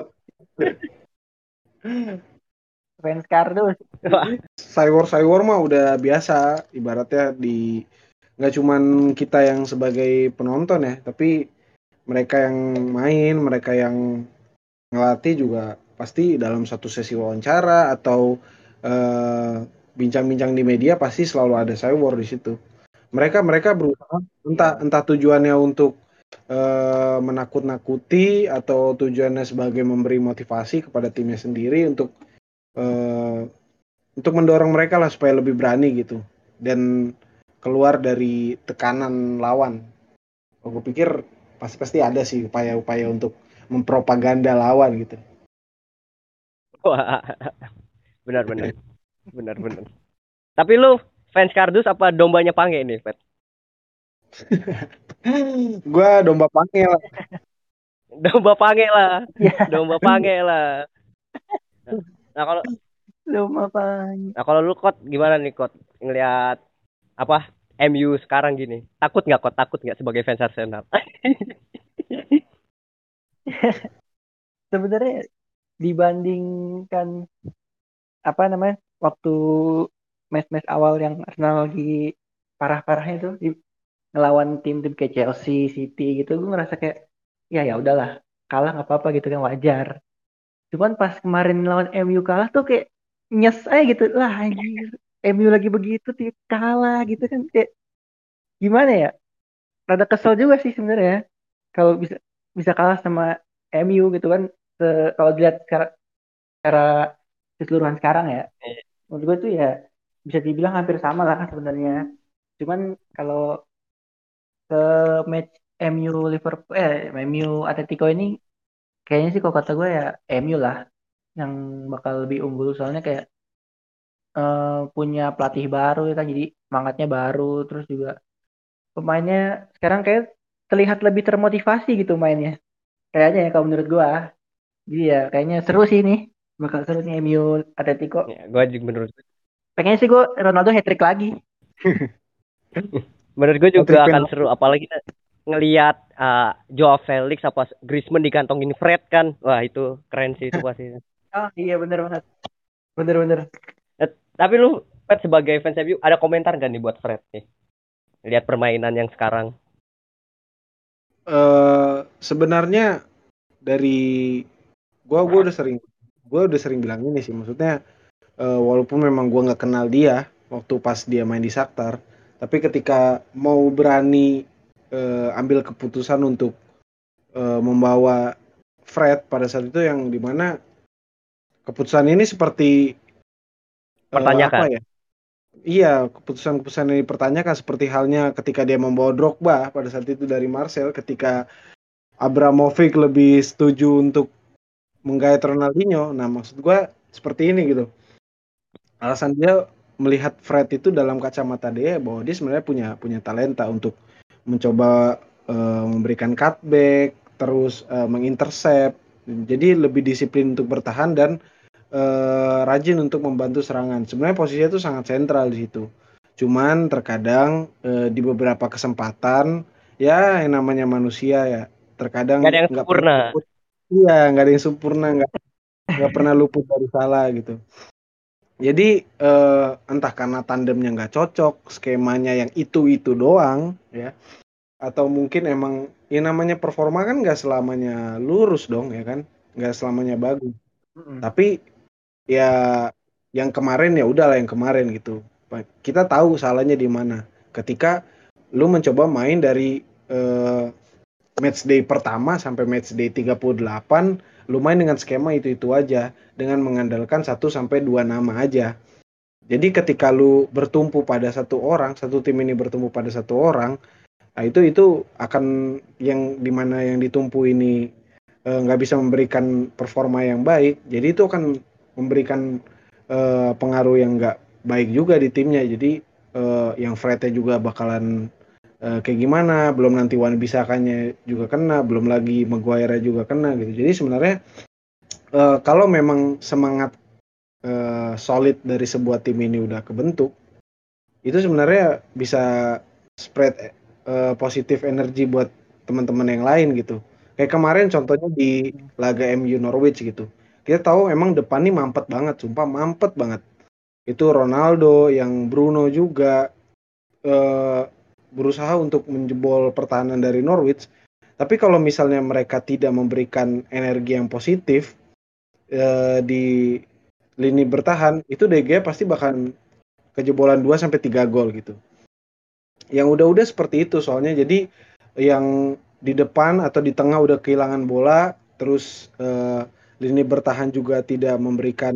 Fans kardus. Cywar-cywar mah udah biasa, ibaratnya di nggak cuman kita yang sebagai penonton ya, tapi mereka yang main, mereka yang ngelatih juga pasti dalam satu sesi wawancara atau uh, bincang-bincang di media pasti selalu ada cywar di situ. Mereka mereka berusaha entah entah tujuannya untuk uh, menakut-nakuti atau tujuannya sebagai memberi motivasi kepada timnya sendiri untuk uh, untuk mendorong mereka lah supaya lebih berani gitu dan keluar dari tekanan lawan. Aku pikir pasti pasti ada sih upaya-upaya untuk mempropaganda lawan gitu. Wah, benar-benar, benar-benar. Tapi lu fans kardus apa dombanya Pange nih, Pet? Gua domba Pange lah. Domba Pange lah, Ya, domba Pange lah. Nah kalau domba Pange. nah kalau lu Kot gimana nih Kot ngelihat apa M U sekarang gini? Takut nggak Kot? Takut nggak sebagai fans Arsenal? Sebenarnya dibandingkan apa namanya waktu match-match awal yang Arsenal lagi parah-parahnya tuh di, ngelawan tim-tim kayak Chelsea, City gitu, gue ngerasa kayak ya ya udahlah, kalah nggak apa-apa gitu kan, wajar. Cuman pas kemarin lawan M U kalah tuh kayak nyes aja gitu, lah anjir, M U lagi begitu tuh kalah gitu kan, kayak gimana ya? Rada kesel juga sih sebenarnya kalau bisa bisa kalah sama M U gitu kan. Se- kalau dilihat secara, secara keseluruhan sekarang ya, menurut gue tuh ya bisa dibilang hampir sama lah sebenarnya. Cuman kalau ke match M U Liverpool eh M U Atletico ini kayaknya sih kalau kata gue ya M U lah yang bakal lebih unggul, soalnya kayak eh, punya pelatih baru ya kan, jadi semangatnya baru, terus juga pemainnya sekarang kayak terlihat lebih termotivasi gitu mainnya kayaknya ya, kalau menurut gue. Jadi ya kayaknya seru sih ini, bakal seru nih M U Atletico. Ya, gue juga menurut Pengen sih gue Ronaldo hat-trick lagi. menurut gue Patrick juga akan Penalti. seru apalagi kita ngelihat uh, Joao Felix apa Griezmann digantongin Fred kan. Wah, itu keren sih itu pasti. Oh iya bener banget, bener-bener. Eh, tapi lu Pet sebagai fans M U ada komentar gak nih buat Fred nih? Lihat permainan yang sekarang. Uh, sebenarnya dari gua gua udah sering gua udah sering bilang ini sih, maksudnya uh, walaupun memang gua nggak kenal dia waktu pas dia main di Shakhtar, tapi ketika mau berani uh, ambil keputusan untuk uh, membawa Fred pada saat itu, yang dimana keputusan ini seperti uh, Pertanyakan. apa ya? Iya, keputusan-keputusan yang dipertanyakan seperti halnya ketika dia membawa Drogba pada saat itu dari Marseille, ketika Abramovich lebih setuju untuk menggait Ronaldinho. Nah, maksud gue seperti ini gitu. Alasan dia melihat Fred itu dalam kacamata dia bahwa dia sebenarnya punya punya talenta untuk mencoba uh, memberikan cutback, terus uh, mengintercept. Jadi lebih disiplin untuk bertahan dan uh, rajin untuk membantu serangan. Sebenarnya posisinya itu sangat sentral di situ. Cuman terkadang uh, di beberapa kesempatan ya yang namanya manusia ya Gak ada terkadang yang nggak pernah sempurna. luput. Iya, nggak ada yang sempurna, nggak nggak pernah luput dari salah gitu. Jadi eh, entah karena tandemnya nggak cocok, skemanya yang itu-itu doang, ya, atau mungkin emang yang namanya performa kan nggak selamanya lurus dong, ya kan, nggak selamanya bagus. Mm-mm. Tapi ya yang kemarin ya udahlah yang kemarin gitu. Kita tahu salahnya di mana. Ketika lu mencoba main dari eh, match day pertama sampai match day tiga puluh delapan, lu main dengan skema itu-itu aja, dengan mengandalkan satu sampai dua nama aja. Jadi ketika lu bertumpu pada satu orang, satu tim ini bertumpu pada satu orang, nah itu itu akan yang dimana yang ditumpu ini eh, nggak bisa memberikan performa yang baik, jadi itu akan memberikan eh, pengaruh yang nggak baik juga di timnya. Jadi uh, yang Fred-nya juga bakalan uh, kayak gimana, belum nanti Wan Bisakanya juga kena, belum lagi Maguire juga kena gitu. Jadi sebenarnya uh, kalau memang semangat uh, solid dari sebuah tim ini udah kebentuk, itu sebenarnya bisa spread uh, positif energi buat teman-teman yang lain gitu. Kayak kemarin contohnya di laga M U Norwich gitu. Kita tahu emang depan nih mampet banget, sumpah mampet banget. Itu Ronaldo, yang Bruno juga uh, berusaha untuk menjebol pertahanan dari Norwich. Tapi kalau misalnya mereka tidak memberikan energi yang positif uh, di lini bertahan, itu De Gea pasti bakal kejebolan dua sampai tiga gol gitu. Yang udah-udah seperti itu soalnya, jadi yang di depan atau di tengah udah kehilangan bola, terus uh, lini bertahan juga tidak memberikan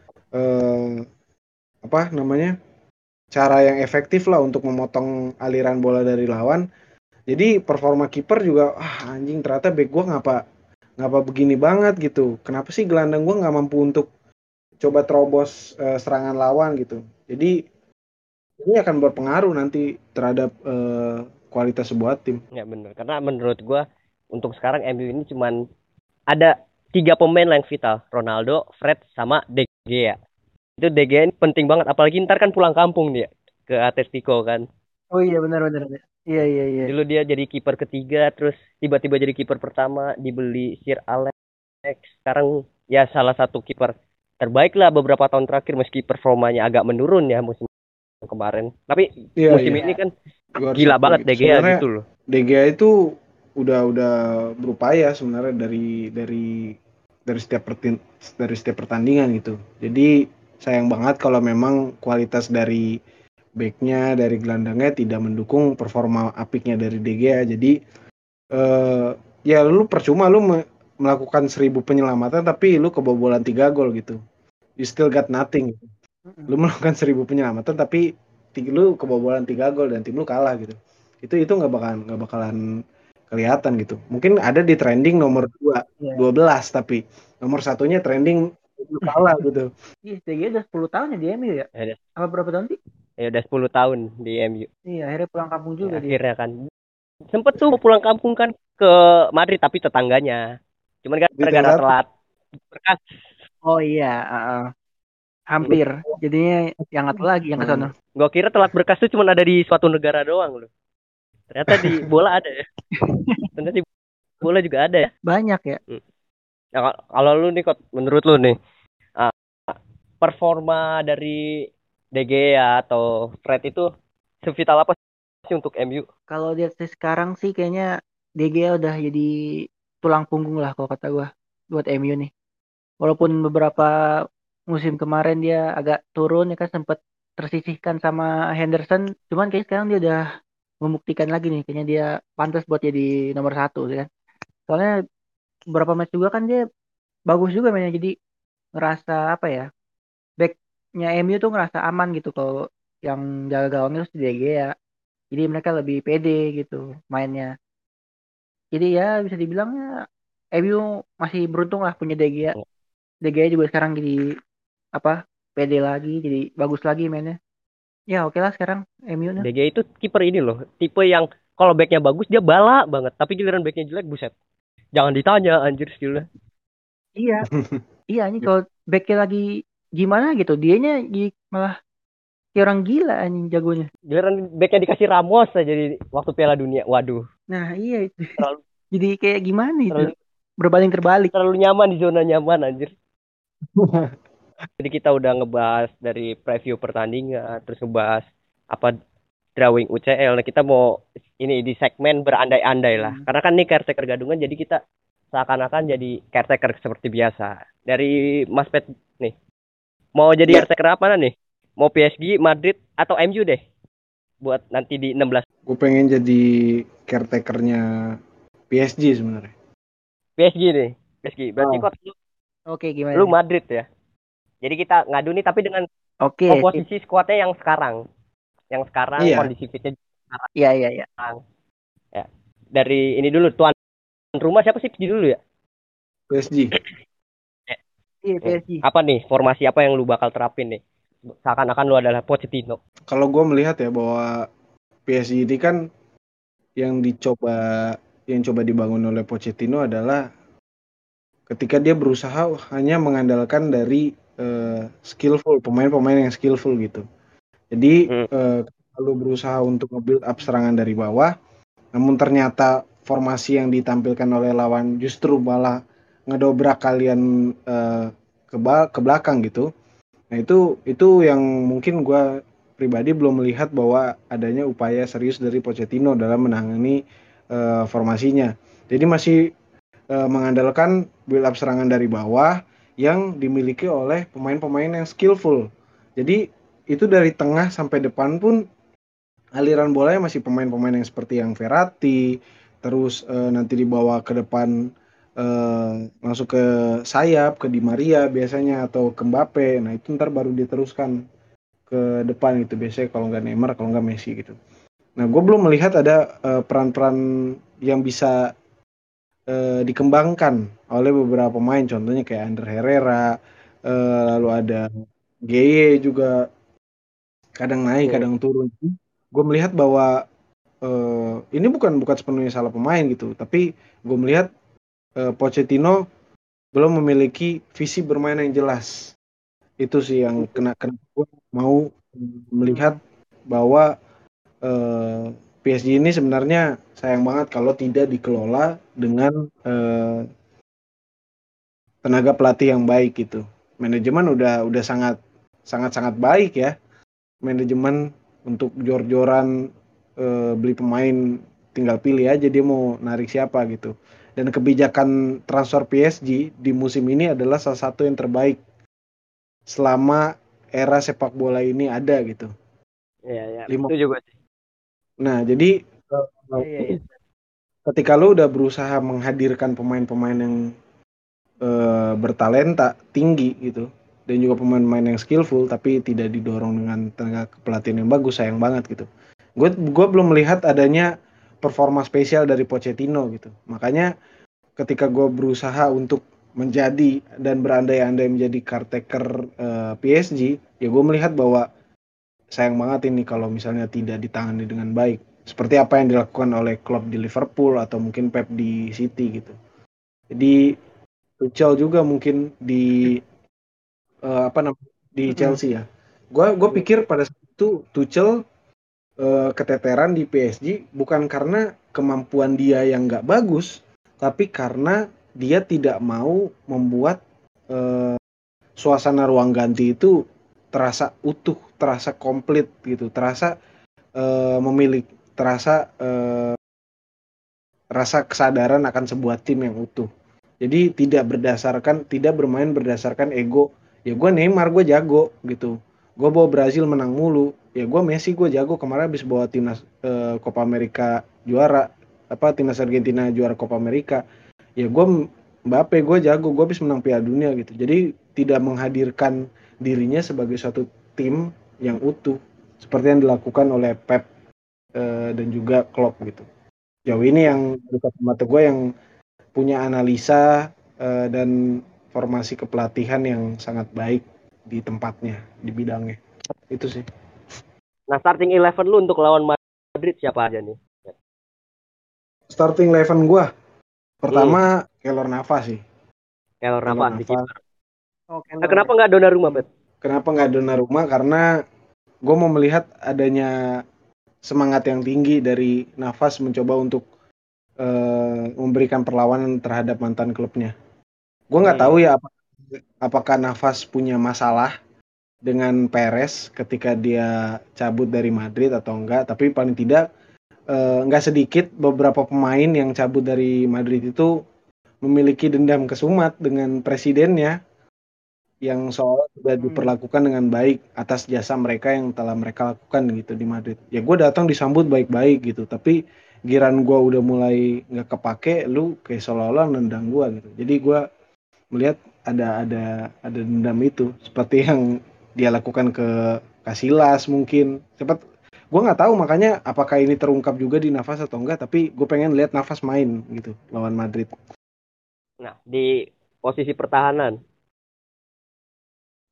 uh, apa namanya cara yang efektif lah untuk memotong aliran bola dari lawan. Jadi performa kiper juga, ah anjing ternyata back gue ngapa ngapa begini banget gitu. Kenapa sih gelandang gue nggak mampu untuk coba terobos uh, serangan lawan gitu. Jadi ini akan berpengaruh nanti terhadap uh, kualitas sebuah tim. Ya benar, karena menurut gue untuk sekarang M U ini cuman ada tiga pemain yang vital, Ronaldo, Fred, sama De Gea. Itu De Gea ini penting banget, apalagi ntar kan pulang kampung dia ke Atletico kan. Oh iya benar-benar. Iya iya iya. Dulu dia jadi kiper ketiga, terus tiba-tiba jadi kiper pertama, dibeli Sir Alex. Sekarang ya salah satu kiper terbaik lah beberapa tahun terakhir, meski performanya agak menurun ya musim kemarin. Tapi Iya, musim iya. ini kan Gua gila banget De Gea sebenarnya gitu loh. De Gea itu udah udah berupaya sebenarnya dari dari dari setiap pertin, dari setiap pertandingan gitu. Jadi sayang banget kalau memang kualitas dari backnya, dari gelandangnya tidak mendukung performa apiknya dari De Gea. Jadi eh, ya lu percuma lu me- melakukan seribu penyelamatan tapi lu kebobolan tiga gol gitu. You still got nothing. Gitu. Lu melakukan seribu penyelamatan tapi tiga, lu kebobolan tiga gol dan tim lu kalah gitu. Itu itu nggak bakalan nggak bakalan kelihatan gitu. Mungkin ada di trending nomor dua, Iya. dua belas tapi nomor satunya trending lu kalah gitu. Iya, De Gea udah sepuluh tahun ya di M U ya? Ya, Apa berapa tahun sih? ya udah sepuluh tahun di M U. Iya, akhirnya pulang kampung juga Ya, dia. akhirnya kan sempet tuh pulang kampung kan ke Madrid tapi tetangganya. Cuman kan Di tim gara-gara satu. telat berkas. Oh iya, uh, hampir. Jadinya yang satu lagi yang ke sana. Gua kira telat berkas tuh cuma ada di suatu negara doang loh. Ternyata di bola ada ya. Ternyata di bola juga ada ya. Banyak ya. Nah, kalau lu nih, Kot, menurut lu nih, uh, performa dari De Gea atau Fred itu sevital apa sih untuk M U? Kalau dia sekarang sih kayaknya De Gea udah jadi tulang punggung lah kalau kata gua buat M U nih. Walaupun beberapa musim kemarin dia agak turun ya kan sempat tersisihkan sama Henderson, cuman kayak sekarang dia udah membuktikan lagi nih kayaknya dia pantas buat jadi nomor satu ya kan. Soalnya beberapa match juga kan dia bagus juga mainnya jadi ngerasa apa ya backnya M U tuh ngerasa aman gitu kalau yang jaga gawangnya itu si De Gea. Jadi mereka lebih pede gitu mainnya. Jadi ya bisa dibilang ya M U masih beruntung lah punya De Gea. De Gea juga sekarang jadi apa pede lagi jadi bagus lagi mainnya. Ya oke lah sekarang M U nya. De Gea itu kiper ini loh, tipe yang kalau backnya bagus dia bala banget, tapi giliran backnya jelek buset. Jangan ditanya anjir skillnya. Iya. Iya ini kalau backnya lagi gimana gitu dianya jadi malah kayak orang gila anjing jagonya. Giliran backnya dikasih Ramos aja di waktu Piala Dunia. Waduh. Nah iya itu. Terlalu Jadi kayak gimana itu? terlalu, Berbanding terbalik. terlalu nyaman di zona nyaman anjir. Jadi kita udah ngebahas dari preview pertandingan, terus ngebahas apa drawing U C L. Nah, kita mau ini di segmen berandai-andai lah. Hmm. Karena kan nih caretaker gadungan jadi kita seakan-akan jadi caretaker seperti biasa. Dari Mas Pet nih. Mau jadi Ya. caretaker apa nih? Mau P S G, Madrid atau M U deh? Buat nanti di enam belas. Gue pengen jadi caretakernya P S G sebenarnya. P S G nih. P S G. Berarti Oh. kok lu, Oke gimana? lu nih? Madrid ya. Jadi kita ngadu nih tapi dengan Oke. komposisi skuadnya yang sekarang. Yang sekarang Iya. kondisi fitnya sekarang. Iya iya iya. Ya. Dari ini dulu tuan rumah siapa sih dulu ya? P S G. Iya P S G. Apa nih formasi apa yang lu bakal terapin nih seakan-akan lu adalah Pochettino. Kalau gue melihat ya bahwa P S G ini kan yang dicoba yang coba dibangun oleh Pochettino adalah ketika dia berusaha hanya mengandalkan dari uh, skillful pemain-pemain yang skillful gitu. Jadi Hmm. uh, kalau berusaha untuk nge-build up serangan dari bawah, namun ternyata formasi yang ditampilkan oleh lawan justru malah ngedobrak kalian uh, ke, ke belakang gitu. Nah itu itu yang mungkin gue pribadi belum melihat bahwa adanya upaya serius dari Pochettino dalam menangani uh, formasinya. Jadi masih uh, mengandalkan build up serangan dari bawah yang dimiliki oleh pemain-pemain yang skillful. Jadi itu dari tengah sampai depan pun aliran bolanya masih pemain-pemain yang seperti yang Verratti, terus uh, nanti dibawa ke depan uh, masuk ke sayap, ke Di Maria biasanya atau ke Mbappe. Nah itu ntar baru diteruskan ke depan gitu biasanya kalau nggak Neymar, kalau nggak Messi gitu. Nah gue belum melihat ada uh, peran-peran yang bisa uh, dikembangkan oleh beberapa pemain, contohnya kayak Ander Herrera, uh, lalu ada Geye juga kadang naik, Hmm. kadang turun. Gue melihat bahwa uh, ini bukan bukan sepenuhnya salah pemain gitu, tapi gue melihat uh, Pochettino belum memiliki visi bermain yang jelas. Itu sih yang kena kena gue mau melihat bahwa uh, P S G ini sebenarnya sayang banget kalau tidak dikelola dengan uh, tenaga pelatih yang baik gitu. Manajemen udah udah sangat sangat sangat baik ya. Manajemen untuk jor-joran eh, beli pemain tinggal pilih aja dia mau narik siapa gitu. Dan kebijakan transfer P S G di musim ini adalah salah satu yang terbaik selama era sepak bola ini ada gitu. Iya, ya, Lima. itu juga sih. Nah, jadi Iya, iya, iya. ketika lo udah berusaha menghadirkan pemain-pemain yang eh, bertalenta tinggi gitu dan juga pemain-pemain yang skillful tapi tidak didorong dengan tenaga kepelatihan yang bagus, sayang banget gitu. Gue gue belum melihat adanya performa spesial dari Pochettino gitu. Makanya ketika gue berusaha untuk menjadi dan berandai-andai menjadi caretaker uh, P S G, ya gue melihat bahwa sayang banget ini kalau misalnya tidak ditangani dengan baik. Seperti apa yang dilakukan oleh klub di Liverpool atau mungkin Pep di City gitu. Jadi Tuchel juga mungkin di uh, apa namanya di Chelsea ya. Gue gue pikir pada saat itu Tuchel uh, keteteran di P S G bukan karena kemampuan dia yang nggak bagus, tapi karena dia tidak mau membuat uh, suasana ruang ganti itu terasa utuh, terasa komplit gitu, terasa uh, memiliki, terasa uh, rasa kesadaran akan sebuah tim yang utuh. Jadi tidak berdasarkan, tidak bermain berdasarkan ego. Ya gue Neymar, gue jago gitu. Gue bawa Brazil menang mulu. Ya gue Messi, gue jago. Kemarin habis bawa timnas eh, Copa America juara. Apa timnas Argentina juara Copa America. Ya gue Mbappe, gue jago. Gue habis menang Piala Dunia gitu. Jadi tidak menghadirkan dirinya sebagai suatu tim yang utuh. Seperti yang dilakukan oleh Pep eh, dan juga Klopp gitu. Jauh ini yang dekat mata gue yang punya analisa uh, dan formasi kepelatihan yang sangat baik di tempatnya, di bidangnya. Itu sih. Nah, starting eleven lu untuk lawan Madrid siapa aja nih? Starting eleven gue, pertama Hmm. Keylor Navas sih. Keylor Keylor Navas di Navas. kiper. Oh, Nah, Keylor kenapa ya. nggak Donnarumma, Hmm. Pet? Kenapa nggak Donnarumma? Karena gue mau melihat adanya semangat yang tinggi dari Navas mencoba untuk uh, memberikan perlawanan terhadap mantan klubnya. Gue nggak tahu Hmm. ya ap- apakah Navas punya masalah dengan Perez ketika dia cabut dari Madrid atau enggak, tapi paling tidak eh, enggak sedikit beberapa pemain yang cabut dari Madrid itu memiliki dendam kesumat dengan presidennya yang seolah sudah Hmm. diperlakukan dengan baik atas jasa mereka yang telah mereka lakukan gitu di Madrid. Ya gue datang disambut baik-baik gitu, tapi giran gue udah mulai nggak kepake, lu kayak seolah-olah nendang gue gitu. Jadi gue melihat ada ada ada dendam itu seperti yang dia lakukan ke Casillas mungkin cepat gue nggak tahu makanya apakah ini terungkap juga di Navas atau enggak tapi gue pengen lihat Navas main gitu lawan Madrid. Nah, di posisi pertahanan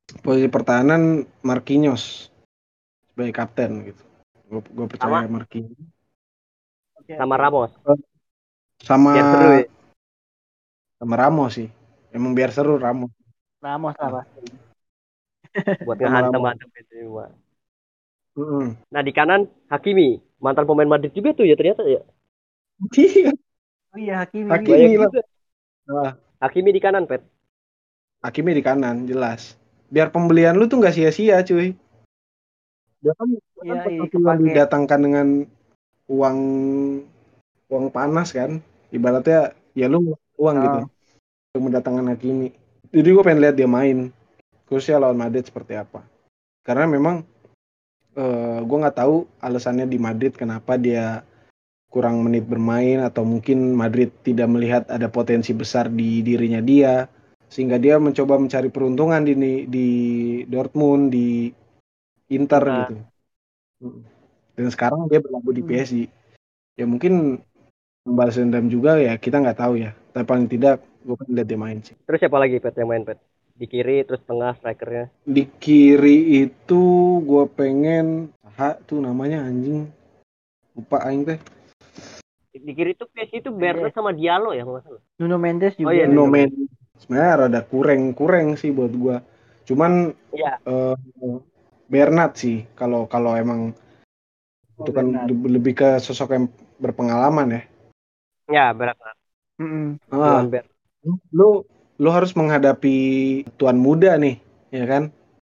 Posisi pertahanan Marquinhos sebagai kapten gitu. Gue gue percaya Sama Marquinhos. Oke, sama oke. Ramos. Sama Biar seru ya. sama Ramos sih. Emang biar seru Ramos. Ramos lah Ah, pasti. Buat sama Ramos. ngehantem-hantem itu semua. Mm-mm. Nah di kanan Hakimi, mantan pemain Madrid juga tuh ya ternyata ya. Iya, Oh iya, Hakimi nih. Banyak Hakimi lah. juga. Nah, Hakimi di kanan, Pet. Hakimi di kanan jelas. Biar pembelian lu tuh nggak sia-sia, cuy. Dia kan, dia kan Iya, iya, sesuatu yang kepake. didatangkan dengan uang uang panas kan. Ibaratnya ya lu uang gitu Oh, untuk mendatangkan Hakimi. Jadi gue pengen lihat dia main, khususnya lawan Madrid seperti apa. Karena memang eh, gue nggak tahu alasannya di Madrid kenapa dia kurang menit bermain atau mungkin Madrid tidak melihat ada potensi besar di dirinya dia sehingga dia mencoba mencari peruntungan di di Dortmund, di Inter Inter. gitu. Dan sekarang dia berlabuh di mm, P S G. Ya mungkin membalas dendam juga ya kita nggak tahu ya. Tapi paling tidak gue pengen lihat dia main sih. Terus siapa lagi, Pet, yang main, Pet? Di kiri, terus tengah strikernya. Di kiri itu gue pengen ha tuh namanya anjing lupa aing teh. Di, di kiri tuh P S G itu Bernat Mendes. sama Diallo ya, kalau nggak salah. Nuno Mendes Oh juga. iya, No Nuno man Mendes. sebenarnya rada kurang kurang sih buat gue. Cuman Iya. eh, Bernat sih kalau kalau emang Oh, itu kan Bernat. lebih lebih ke sosok yang berpengalaman ya. Ya, Bernat. Mm-mm. Ah, Juan Bernat. lu lu harus menghadapi tuan muda nih, ya kan?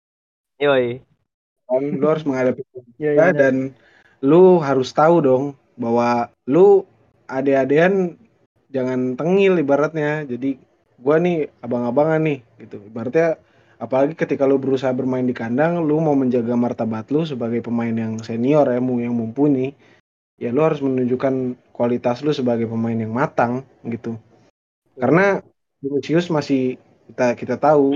Yoi. Kan lu harus menghadapi tuan Iya, muda iya benar. dan lu harus tahu dong bahwa lu ade-adean jangan tengil ibaratnya. Jadi gua nih abang-abangan nih gitu. Ibaratnya apalagi ketika lu berusaha bermain di kandang, lu mau menjaga martabat lu sebagai pemain yang senior ya, yang mumpuni. Ya lu harus menunjukkan kualitas lu sebagai pemain yang matang gitu. Hmm. Karena Vinicius masih kita kita tahu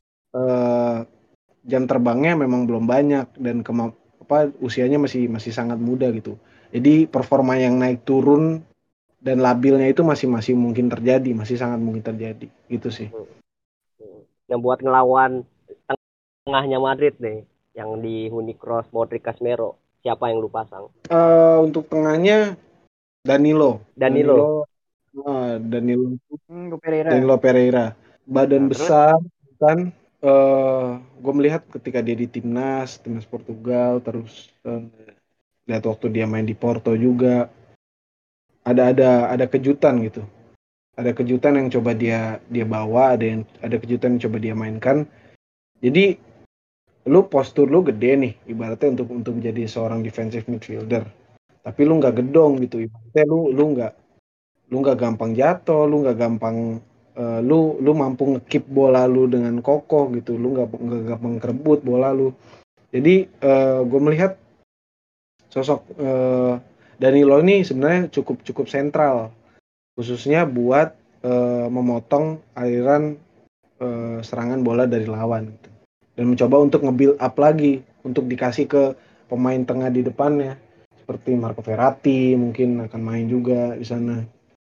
eh, jam terbangnya memang belum banyak dan kema apa usianya masih masih sangat muda gitu. Jadi performa yang naik turun dan labilnya itu masih masih mungkin terjadi, masih sangat mungkin terjadi gitu sih. Hmm. Hmm. Yang buat ngelawan tengahnya Madrid nih, yang di Huni Cross, Modric, Casemiro. Siapa yang lu pasang? Eh, untuk tengahnya Danilo, Danilo. Danilo, eh, Danilo, Hmm, ke Pereira. Danilo Pereira, badan Nah, terus besar kan. Eh, gue melihat ketika dia di timnas, timnas Portugal, terus eh, lihat waktu dia main di Porto juga ada ada ada kejutan gitu. Ada kejutan yang coba dia dia bawa, ada yang ada kejutan yang coba dia mainkan. Jadi lu postur lu gede nih, ibaratnya untuk untuk menjadi seorang defensive midfielder. Tapi lu nggak gedong gitu, ibaratnya lu lu nggak lu nggak gampang jatuh, lu nggak gampang eh, lu lu mampu ngekip bola lu dengan kokoh gitu, lu nggak nggak gampang kerebut bola lu. Jadi eh, gue melihat sosok eh, Danilo ini sebenarnya cukup cukup sentral khususnya buat eh, memotong aliran eh, serangan bola dari lawan gitu. Dan mencoba untuk nge-build up lagi untuk dikasih ke pemain tengah di depannya seperti Marco Verratti mungkin akan main juga di sana.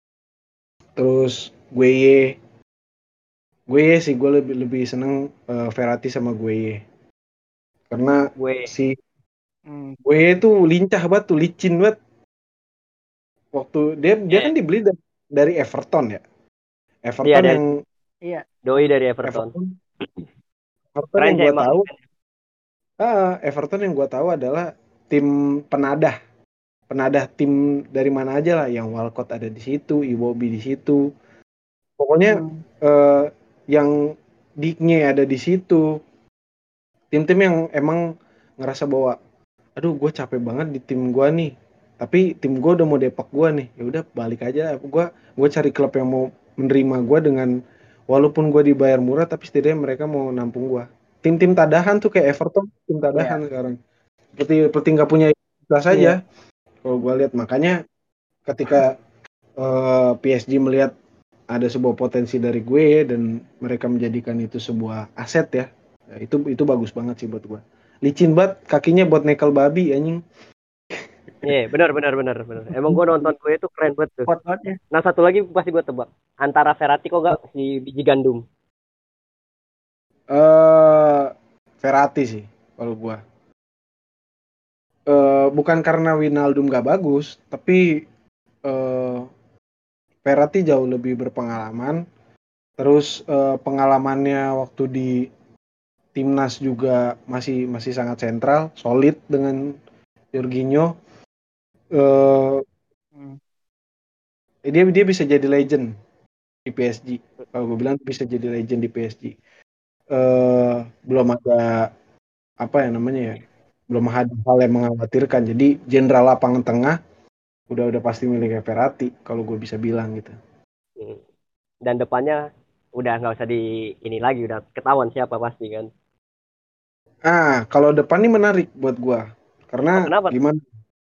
Terus Gueye, Gueye sih gue lebih lebih seneng eh, Verratti sama Gueye karena gue si Hmm. Gueye tuh lincah banget tuh licin banget waktu dia dia yeah. kan dibeli dari, dari Everton ya. Dia Everton dari yang Iya. doi dari Everton. Everton Everton Keren yang sih gue emang. tahu ah, Everton yang gue tahu adalah tim penadah penadah tim dari mana aja lah yang Walcott ada di situ, Iwobi di situ. Pokoknya Hmm. eh, yang Digne ada di situ. Tim-tim yang emang ngerasa bahwa aduh gue capek banget di tim gue nih. Tapi tim gue udah mau depak gue nih. Ya udah balik aja. Gue gue cari klub yang mau menerima gue dengan walaupun gue dibayar murah tapi setidaknya mereka mau nampung gue. Tim-tim tadahan tuh kayak Everton, tim tadahan Iya. sekarang. Seperti seperti nggak punya identitas saja. Iya. Kalau gue lihat makanya ketika eh, P S G melihat ada sebuah potensi dari gue dan mereka menjadikan itu sebuah aset ya, ya itu itu bagus banget sih buat gue. Licin banget kakinya buat nekel babi anjing. Iya, yeah, benar benar benar benar. Emang gue nonton gue itu keren banget tuh. Kuat banget ya. Nah, satu lagi pasti gue tebak. Antara Verratti kok gak si biji gandum. Eh Verratti sih kalau gua. Eh, bukan karena Wijnaldum gak bagus, tapi eh, Verratti jauh lebih berpengalaman. Terus eh, pengalamannya waktu di timnas juga masih masih sangat sentral, solid dengan Jorginho. Eh, Hmm. dia dia bisa jadi legend di P S G. Kalau gue bilang bisa jadi legend di P S G. Eh, belum ada apa ya namanya ya, belum ada hal yang mengkhawatirkan. Jadi jenderal lapangan tengah udah udah pasti milik Verratti kalau gue bisa bilang gitu. Hmm. Dan depannya udah nggak usah di ini lagi, udah ketahuan siapa pasti kan. Ah, kalau depan ini menarik buat gue karena Oh, kenapa? gimana?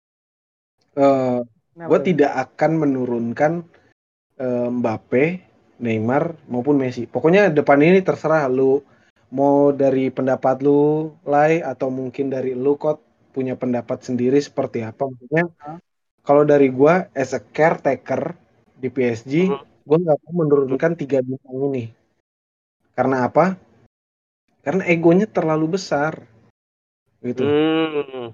Eh, Kenapa gue tuh? tidak akan menurunkan eh, Mbappe, Neymar maupun Messi. Pokoknya depan ini terserah lu mau dari pendapat lu, Lai, atau mungkin dari lu kok punya pendapat sendiri seperti apa. Maksudnya Hah? kalau dari gua as a caretaker di P S G, Hmm. gua nggak mau menurunkan tiga bintang ini. Karena apa? Karena egonya terlalu besar, gitu. Hmm.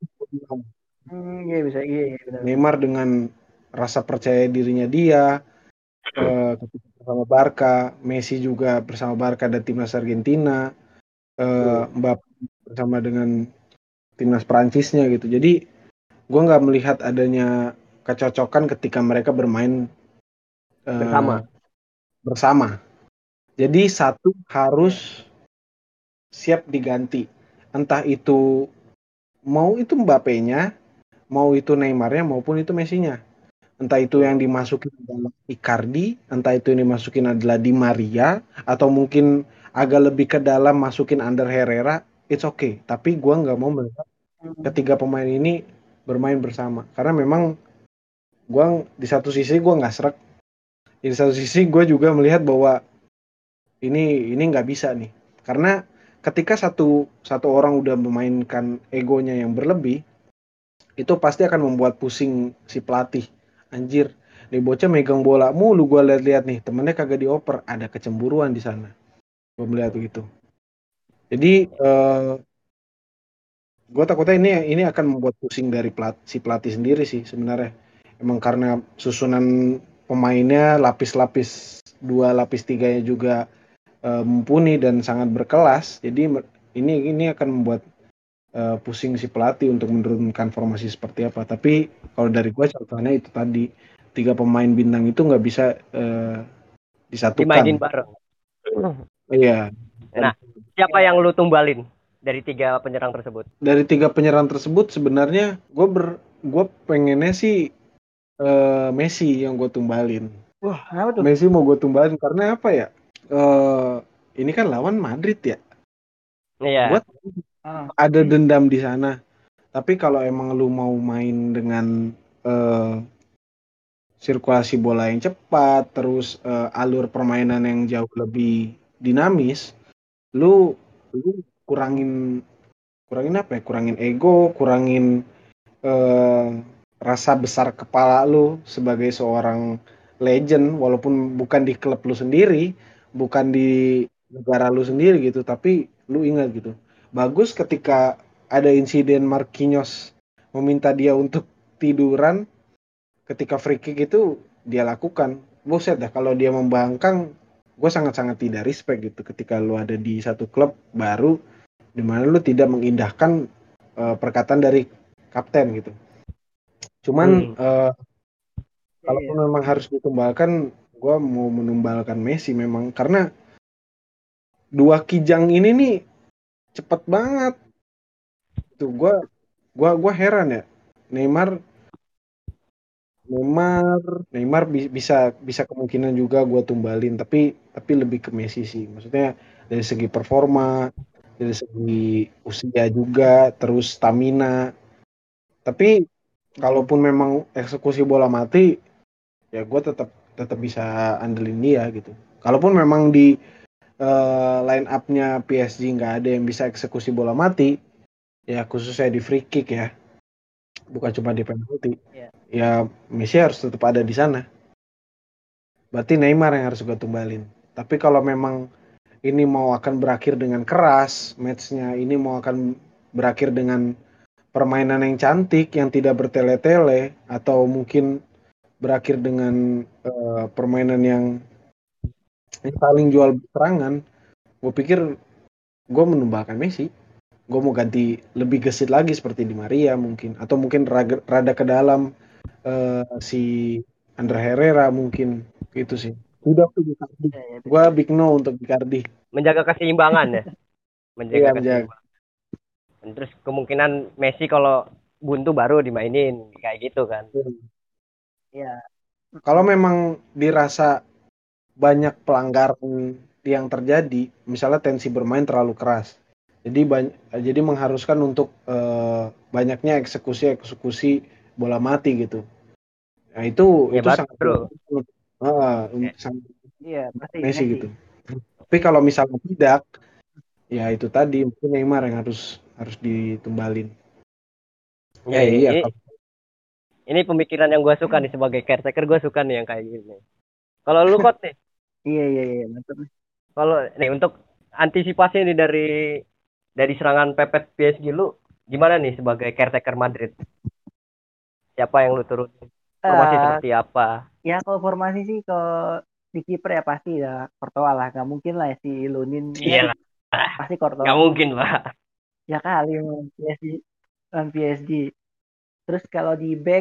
Hmm, iya bisa, iya, iya benar. Neymar dengan rasa percaya dirinya dia, eh, ketika bersama Barca, Messi juga bersama Barca dan timnas Argentina, eh, Hmm. Mbappe bersama dengan timnas Perancisnya gitu. Jadi gue nggak melihat adanya kecocokan ketika mereka bermain eh, Bersama. bersama. Jadi satu Iya. harus siap diganti. Entah itu mau itu Mbappe-nya, mau itu Neymar-nya, maupun itu Messi-nya. Entah itu yang Hmm. dimasukin adalah Icardi, entah itu yang dimasukin adalah Di Maria, atau mungkin agak lebih ke dalam masukin Ander Herrera, it's okay. Tapi gue nggak mau melihat Hmm. ketiga pemain ini bermain bersama. Karena memang gue di satu sisi gue nggak srek, di satu sisi gue juga melihat bahwa ini ini nggak bisa nih. Karena ketika satu satu orang udah memainkan egonya yang berlebih, itu pasti akan membuat pusing si pelatih. Anjir, nih bocah megang bola mulu gue lihat-lihat nih, temennya kagak dioper, ada kecemburuan di sana. Gue melihat begitu. Jadi eh, gue takutnya ini ini akan membuat pusing dari pelat, si pelatih sendiri sih sebenarnya. Emang karena susunan pemainnya lapis-lapis dua lapis tiganya juga eh, mumpuni dan sangat berkelas. Jadi mer- ini ini akan membuat eh, pusing si pelatih untuk menurunkan formasi seperti apa. Tapi kalau dari gue contohnya itu tadi tiga pemain bintang itu nggak bisa eh, disatukan. Dimainin bareng. Iya. Dan Nah, siapa yang Iya. lu tumbalin dari tiga penyerang tersebut? dari tiga penyerang tersebut sebenarnya gue ber gue pengennya sih eh, Messi yang gue tumbalin. Wah, kenapa tuh? Messi mau gue tumbalin karena apa ya? Eh ini kan lawan Madrid ya. Gue Iya. Ah. ada dendam di sana. Tapi kalau emang lu mau main dengan eh, sirkulasi bola yang cepat, terus eh, alur permainan yang jauh lebih dinamis, lu lu Hmm. kurangin kurangin apa ya? Kurangin ego, kurangin eh, rasa besar kepala lu sebagai seorang legend, walaupun bukan di klub lu sendiri, bukan di negara lu sendiri gitu, tapi lu ingat gitu. Bagus ketika ada insiden Marquinhos meminta dia untuk tiduran ketika free kick itu dia lakukan. Buset dah kalau dia membangkang, gue sangat-sangat tidak respect gitu ketika lu ada di satu klub baru di mana lu tidak mengindahkan eh, perkataan dari kapten gitu. Cuman Hmm. eh, kalaupun Iya. memang harus ditumbalkan, gue mau menumbalkan Messi memang karena dua kijang ini nih cepet banget. Tuh gue gua gua heran ya. Neymar Neymar Neymar bi- bisa bisa kemungkinan juga gue tumbalin tapi tapi lebih ke Messi sih. Maksudnya dari segi performa, dari segi usia juga, terus stamina. Tapi Hmm. kalaupun memang eksekusi bola mati, ya gue tetap tetap bisa andelin dia gitu. Kalaupun memang di eh, line up-nya P S G nggak ada yang bisa eksekusi bola mati, ya khususnya di free kick ya, bukan cuma di penalti. Iya. Ya Messi harus tetap ada di sana. Berarti Neymar yang harus gue tumbalin. Tapi kalau memang ini mau akan berakhir dengan keras, matchnya ini mau akan berakhir dengan permainan yang cantik yang tidak bertele-tele, atau mungkin berakhir dengan uh, permainan yang, yang saling jual serangan. Gue pikir gue menumbalkan Messi. Gue mau ganti lebih gesit lagi seperti Di Maria mungkin, atau mungkin rada, rada ke dalam uh, si Andre Herrera mungkin gitu sih. Udah tuh Icardi. Ya, ya, Gue big no untuk Icardi. Menjaga keseimbangan ya, menjaga Iya, menjaga. keseimbangan. Terus kemungkinan Messi kalau buntu baru dimainin kayak gitu kan. Iya. Kalau memang dirasa banyak pelanggaran yang terjadi, misalnya tensi bermain terlalu keras, jadi banyak, jadi mengharuskan untuk uh, banyaknya eksekusi-eksekusi bola mati gitu. Nah itu Ya itu baru, sangat bro. uh, Ya. sangat Iya, pasti Messi Messi. gitu. Tapi kalau misalnya tidak, ya itu tadi mungkin Neymar yang harus harus ditumbalin. Ya, Eh ya, iya, ini kalau ini pemikiran yang gue suka nih sebagai caretaker, gue suka nih yang kayak gini. Kalau lu Kot nih, Iya, iya, iya, mantap. kalau nih untuk antisipasi nih dari dari serangan pepet P S G lu gimana nih sebagai caretaker Madrid? Siapa yang lu turunin? Formasi Eh, seperti apa? ya kalau formasi sih kalau di kiper ya pasti ya Courtois lah, nggak mungkin lah ya si Lunin ya Iya lah, pasti nggak Courtois. mungkin lah. Ya kali lawan P S G, lawan P S G. Terus kalau di back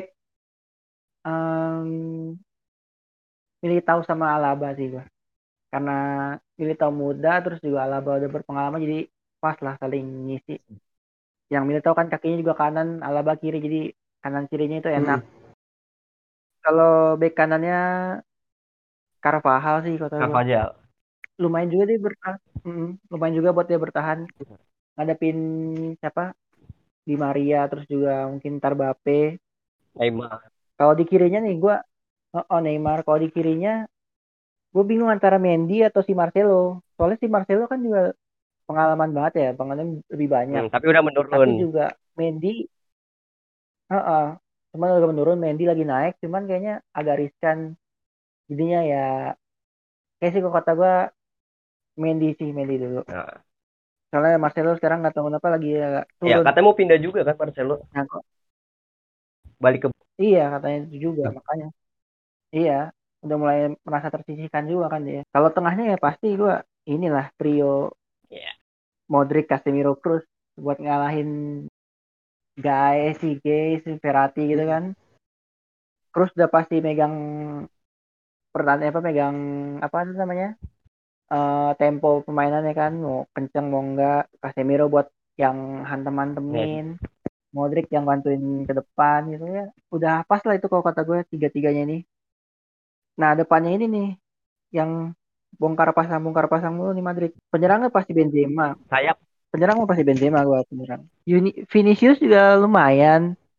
um, Militao sama Alaba sih gua. Karena Militao muda terus juga Alaba udah berpengalaman jadi pas lah saling ngisi. Yang Militao kan kakinya juga kanan, Alaba kiri jadi kanan kirinya itu enak. hmm, Kalau back kanannya Carvajal sih kata gua. Carvajal. Lumayan juga dia bertahan. Mm, lumayan juga buat dia bertahan. Ngadepin siapa? Di Maria terus juga mungkin Tarbape. Neymar. Kalau di kirinya nih gua oh, oh Neymar. Kalau di kirinya gue bingung antara Mendy atau si Marcelo. Soalnya si Marcelo kan juga pengalaman banget ya, pengalaman lebih banyak. Hmm, tapi udah Tapi menurun. juga Mendy, heeh, cuman udah menurun. Mendy lagi naik, cuman kayaknya agak riskan. Jadinya ya, kayak sih kok kata gue Mendy sih, Mendy dulu. Nah, Soalnya Marcelo sekarang nggak tahu kenapa lagi agak ya turun. katanya mau pindah juga kan Marcelo, Nah, kok, balik ke. iya katanya itu juga, makanya. Iya, udah mulai merasa tersisihkan juga kan dia. Kalau tengahnya ya pasti gue inilah trio Ya. Modric, Casemiro, Kroos buat ngalahin Guys, si Guys, si Verratti gitu kan. Kroos udah pasti megang pertandingan apa megang apa itu namanya? Eh, tempo permainannya kan mau kenceng mau enggak. Casemiro buat yang Ya. hantem-hantemin, Modric yang bantuin ke depan gitu ya. Udah pas lah itu kalau kata gue tiga-tiganya ini. Nah, depannya ini nih yang bongkar pasang bongkar pasang mulu nih Madrid. Penyerangnya pasti Benzema. Sayap. Penyerang mah pasti Benzema gua penyerang. Uni- Vinicius juga lumayan.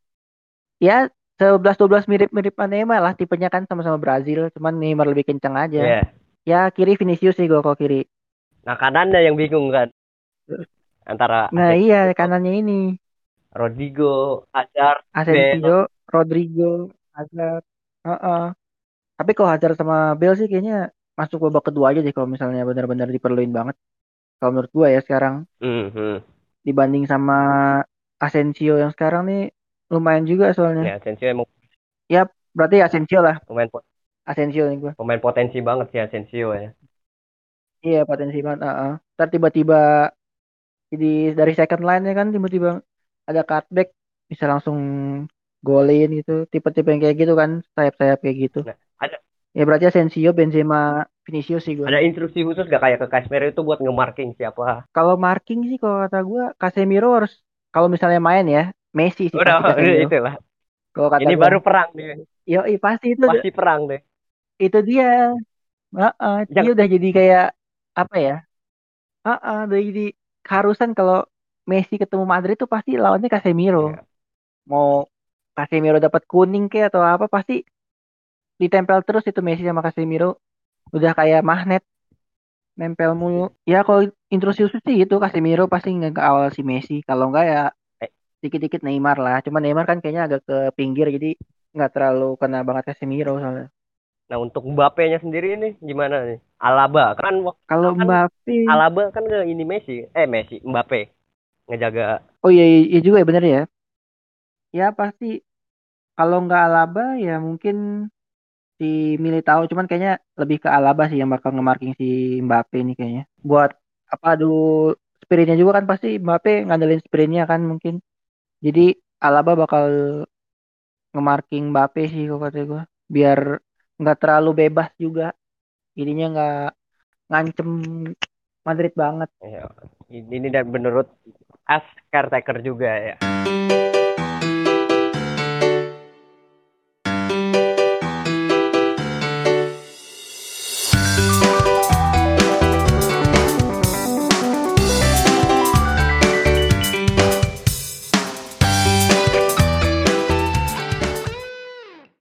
Ya sebelas dua belas mirip-mirip sama Neymar lah tipenya kan sama-sama Brazil, cuman Neymar lebih kencang aja. Ya. Ya kiri Vinicius sih gua kalau kiri. Nah kanannya yang bingung kan antara Nah iya Asensio, kanannya ini Rodrigo, Hazard, Asensio, Bale. Rodrigo, Hazard. Heeh. Tapi kalau Hazard sama Bale sih kayaknya masuk babak kedua aja deh kalau misalnya benar-benar diperluin banget. Kalau menurut gua ya sekarang Mhm. dibanding sama Asensio yang sekarang nih lumayan juga soalnya. Ya Asensio emang Ya berarti Asensio lah, pemain po- Asensio nih gua. pemain potensi banget sih Asensio ya. Iya potensi banget. Heeh. Ntar tiba-tiba jadi dari second line ya kan tiba-tiba ada cutback bisa langsung golin gitu tipe-tipe yang kayak gitu kan sayap-sayap kayak gitu Nah, ada ya berarti Asensio Benzema Vinicius sih gue ada instruksi khusus gak kayak ke Casemiro itu buat nge-marking siapa? kalau marking sih kalau kata gue Casemiro harus kalau misalnya main ya Messi sih Udah, pasti udah Casemiro itulah. kalau kata Ini gue baru perang nih. yo pasti itu Pasti perang deh. itu dia Heeh, dia Yang udah jadi kayak apa ya Heeh, udah jadi keharusan kalau Messi ketemu Madrid tuh pasti lawannya Casemiro ya, mau Casemiro dapat kuning kayak atau apa pasti ditempel terus itu Messi sama Casemiro udah kayak magnet nempel mulu ya kalau intrusius sih itu Casemiro pasti nggak ke awal si Messi kalau enggak ya eh, dikit-dikit Neymar lah cuma Neymar kan kayaknya agak ke pinggir jadi nggak terlalu kena banget Casemiro soalnya nah untuk Mbappe-nya sendiri ini gimana nih? Alaba kan waktu Kalau kan Mbappe, Alaba kan ke ini Messi, eh Messi, Mbappe ngejaga. oh iya, iya iya juga ya bener ya. Ya pasti kalau nggak Alaba ya mungkin si Militao, cuman kayaknya lebih ke Alaba sih yang bakal nge-marking si Mbappe ini kayaknya. Buat apa aduh sprintnya juga kan pasti Mbappe ngandelin sprintnya kan mungkin. Jadi Alaba bakal nge-marking Mbappe sih kalau kata gue. Biar nggak terlalu bebas juga. Jadinya nggak ngancem Madrid banget. Ya, ini dan menurut as caretaker juga ya.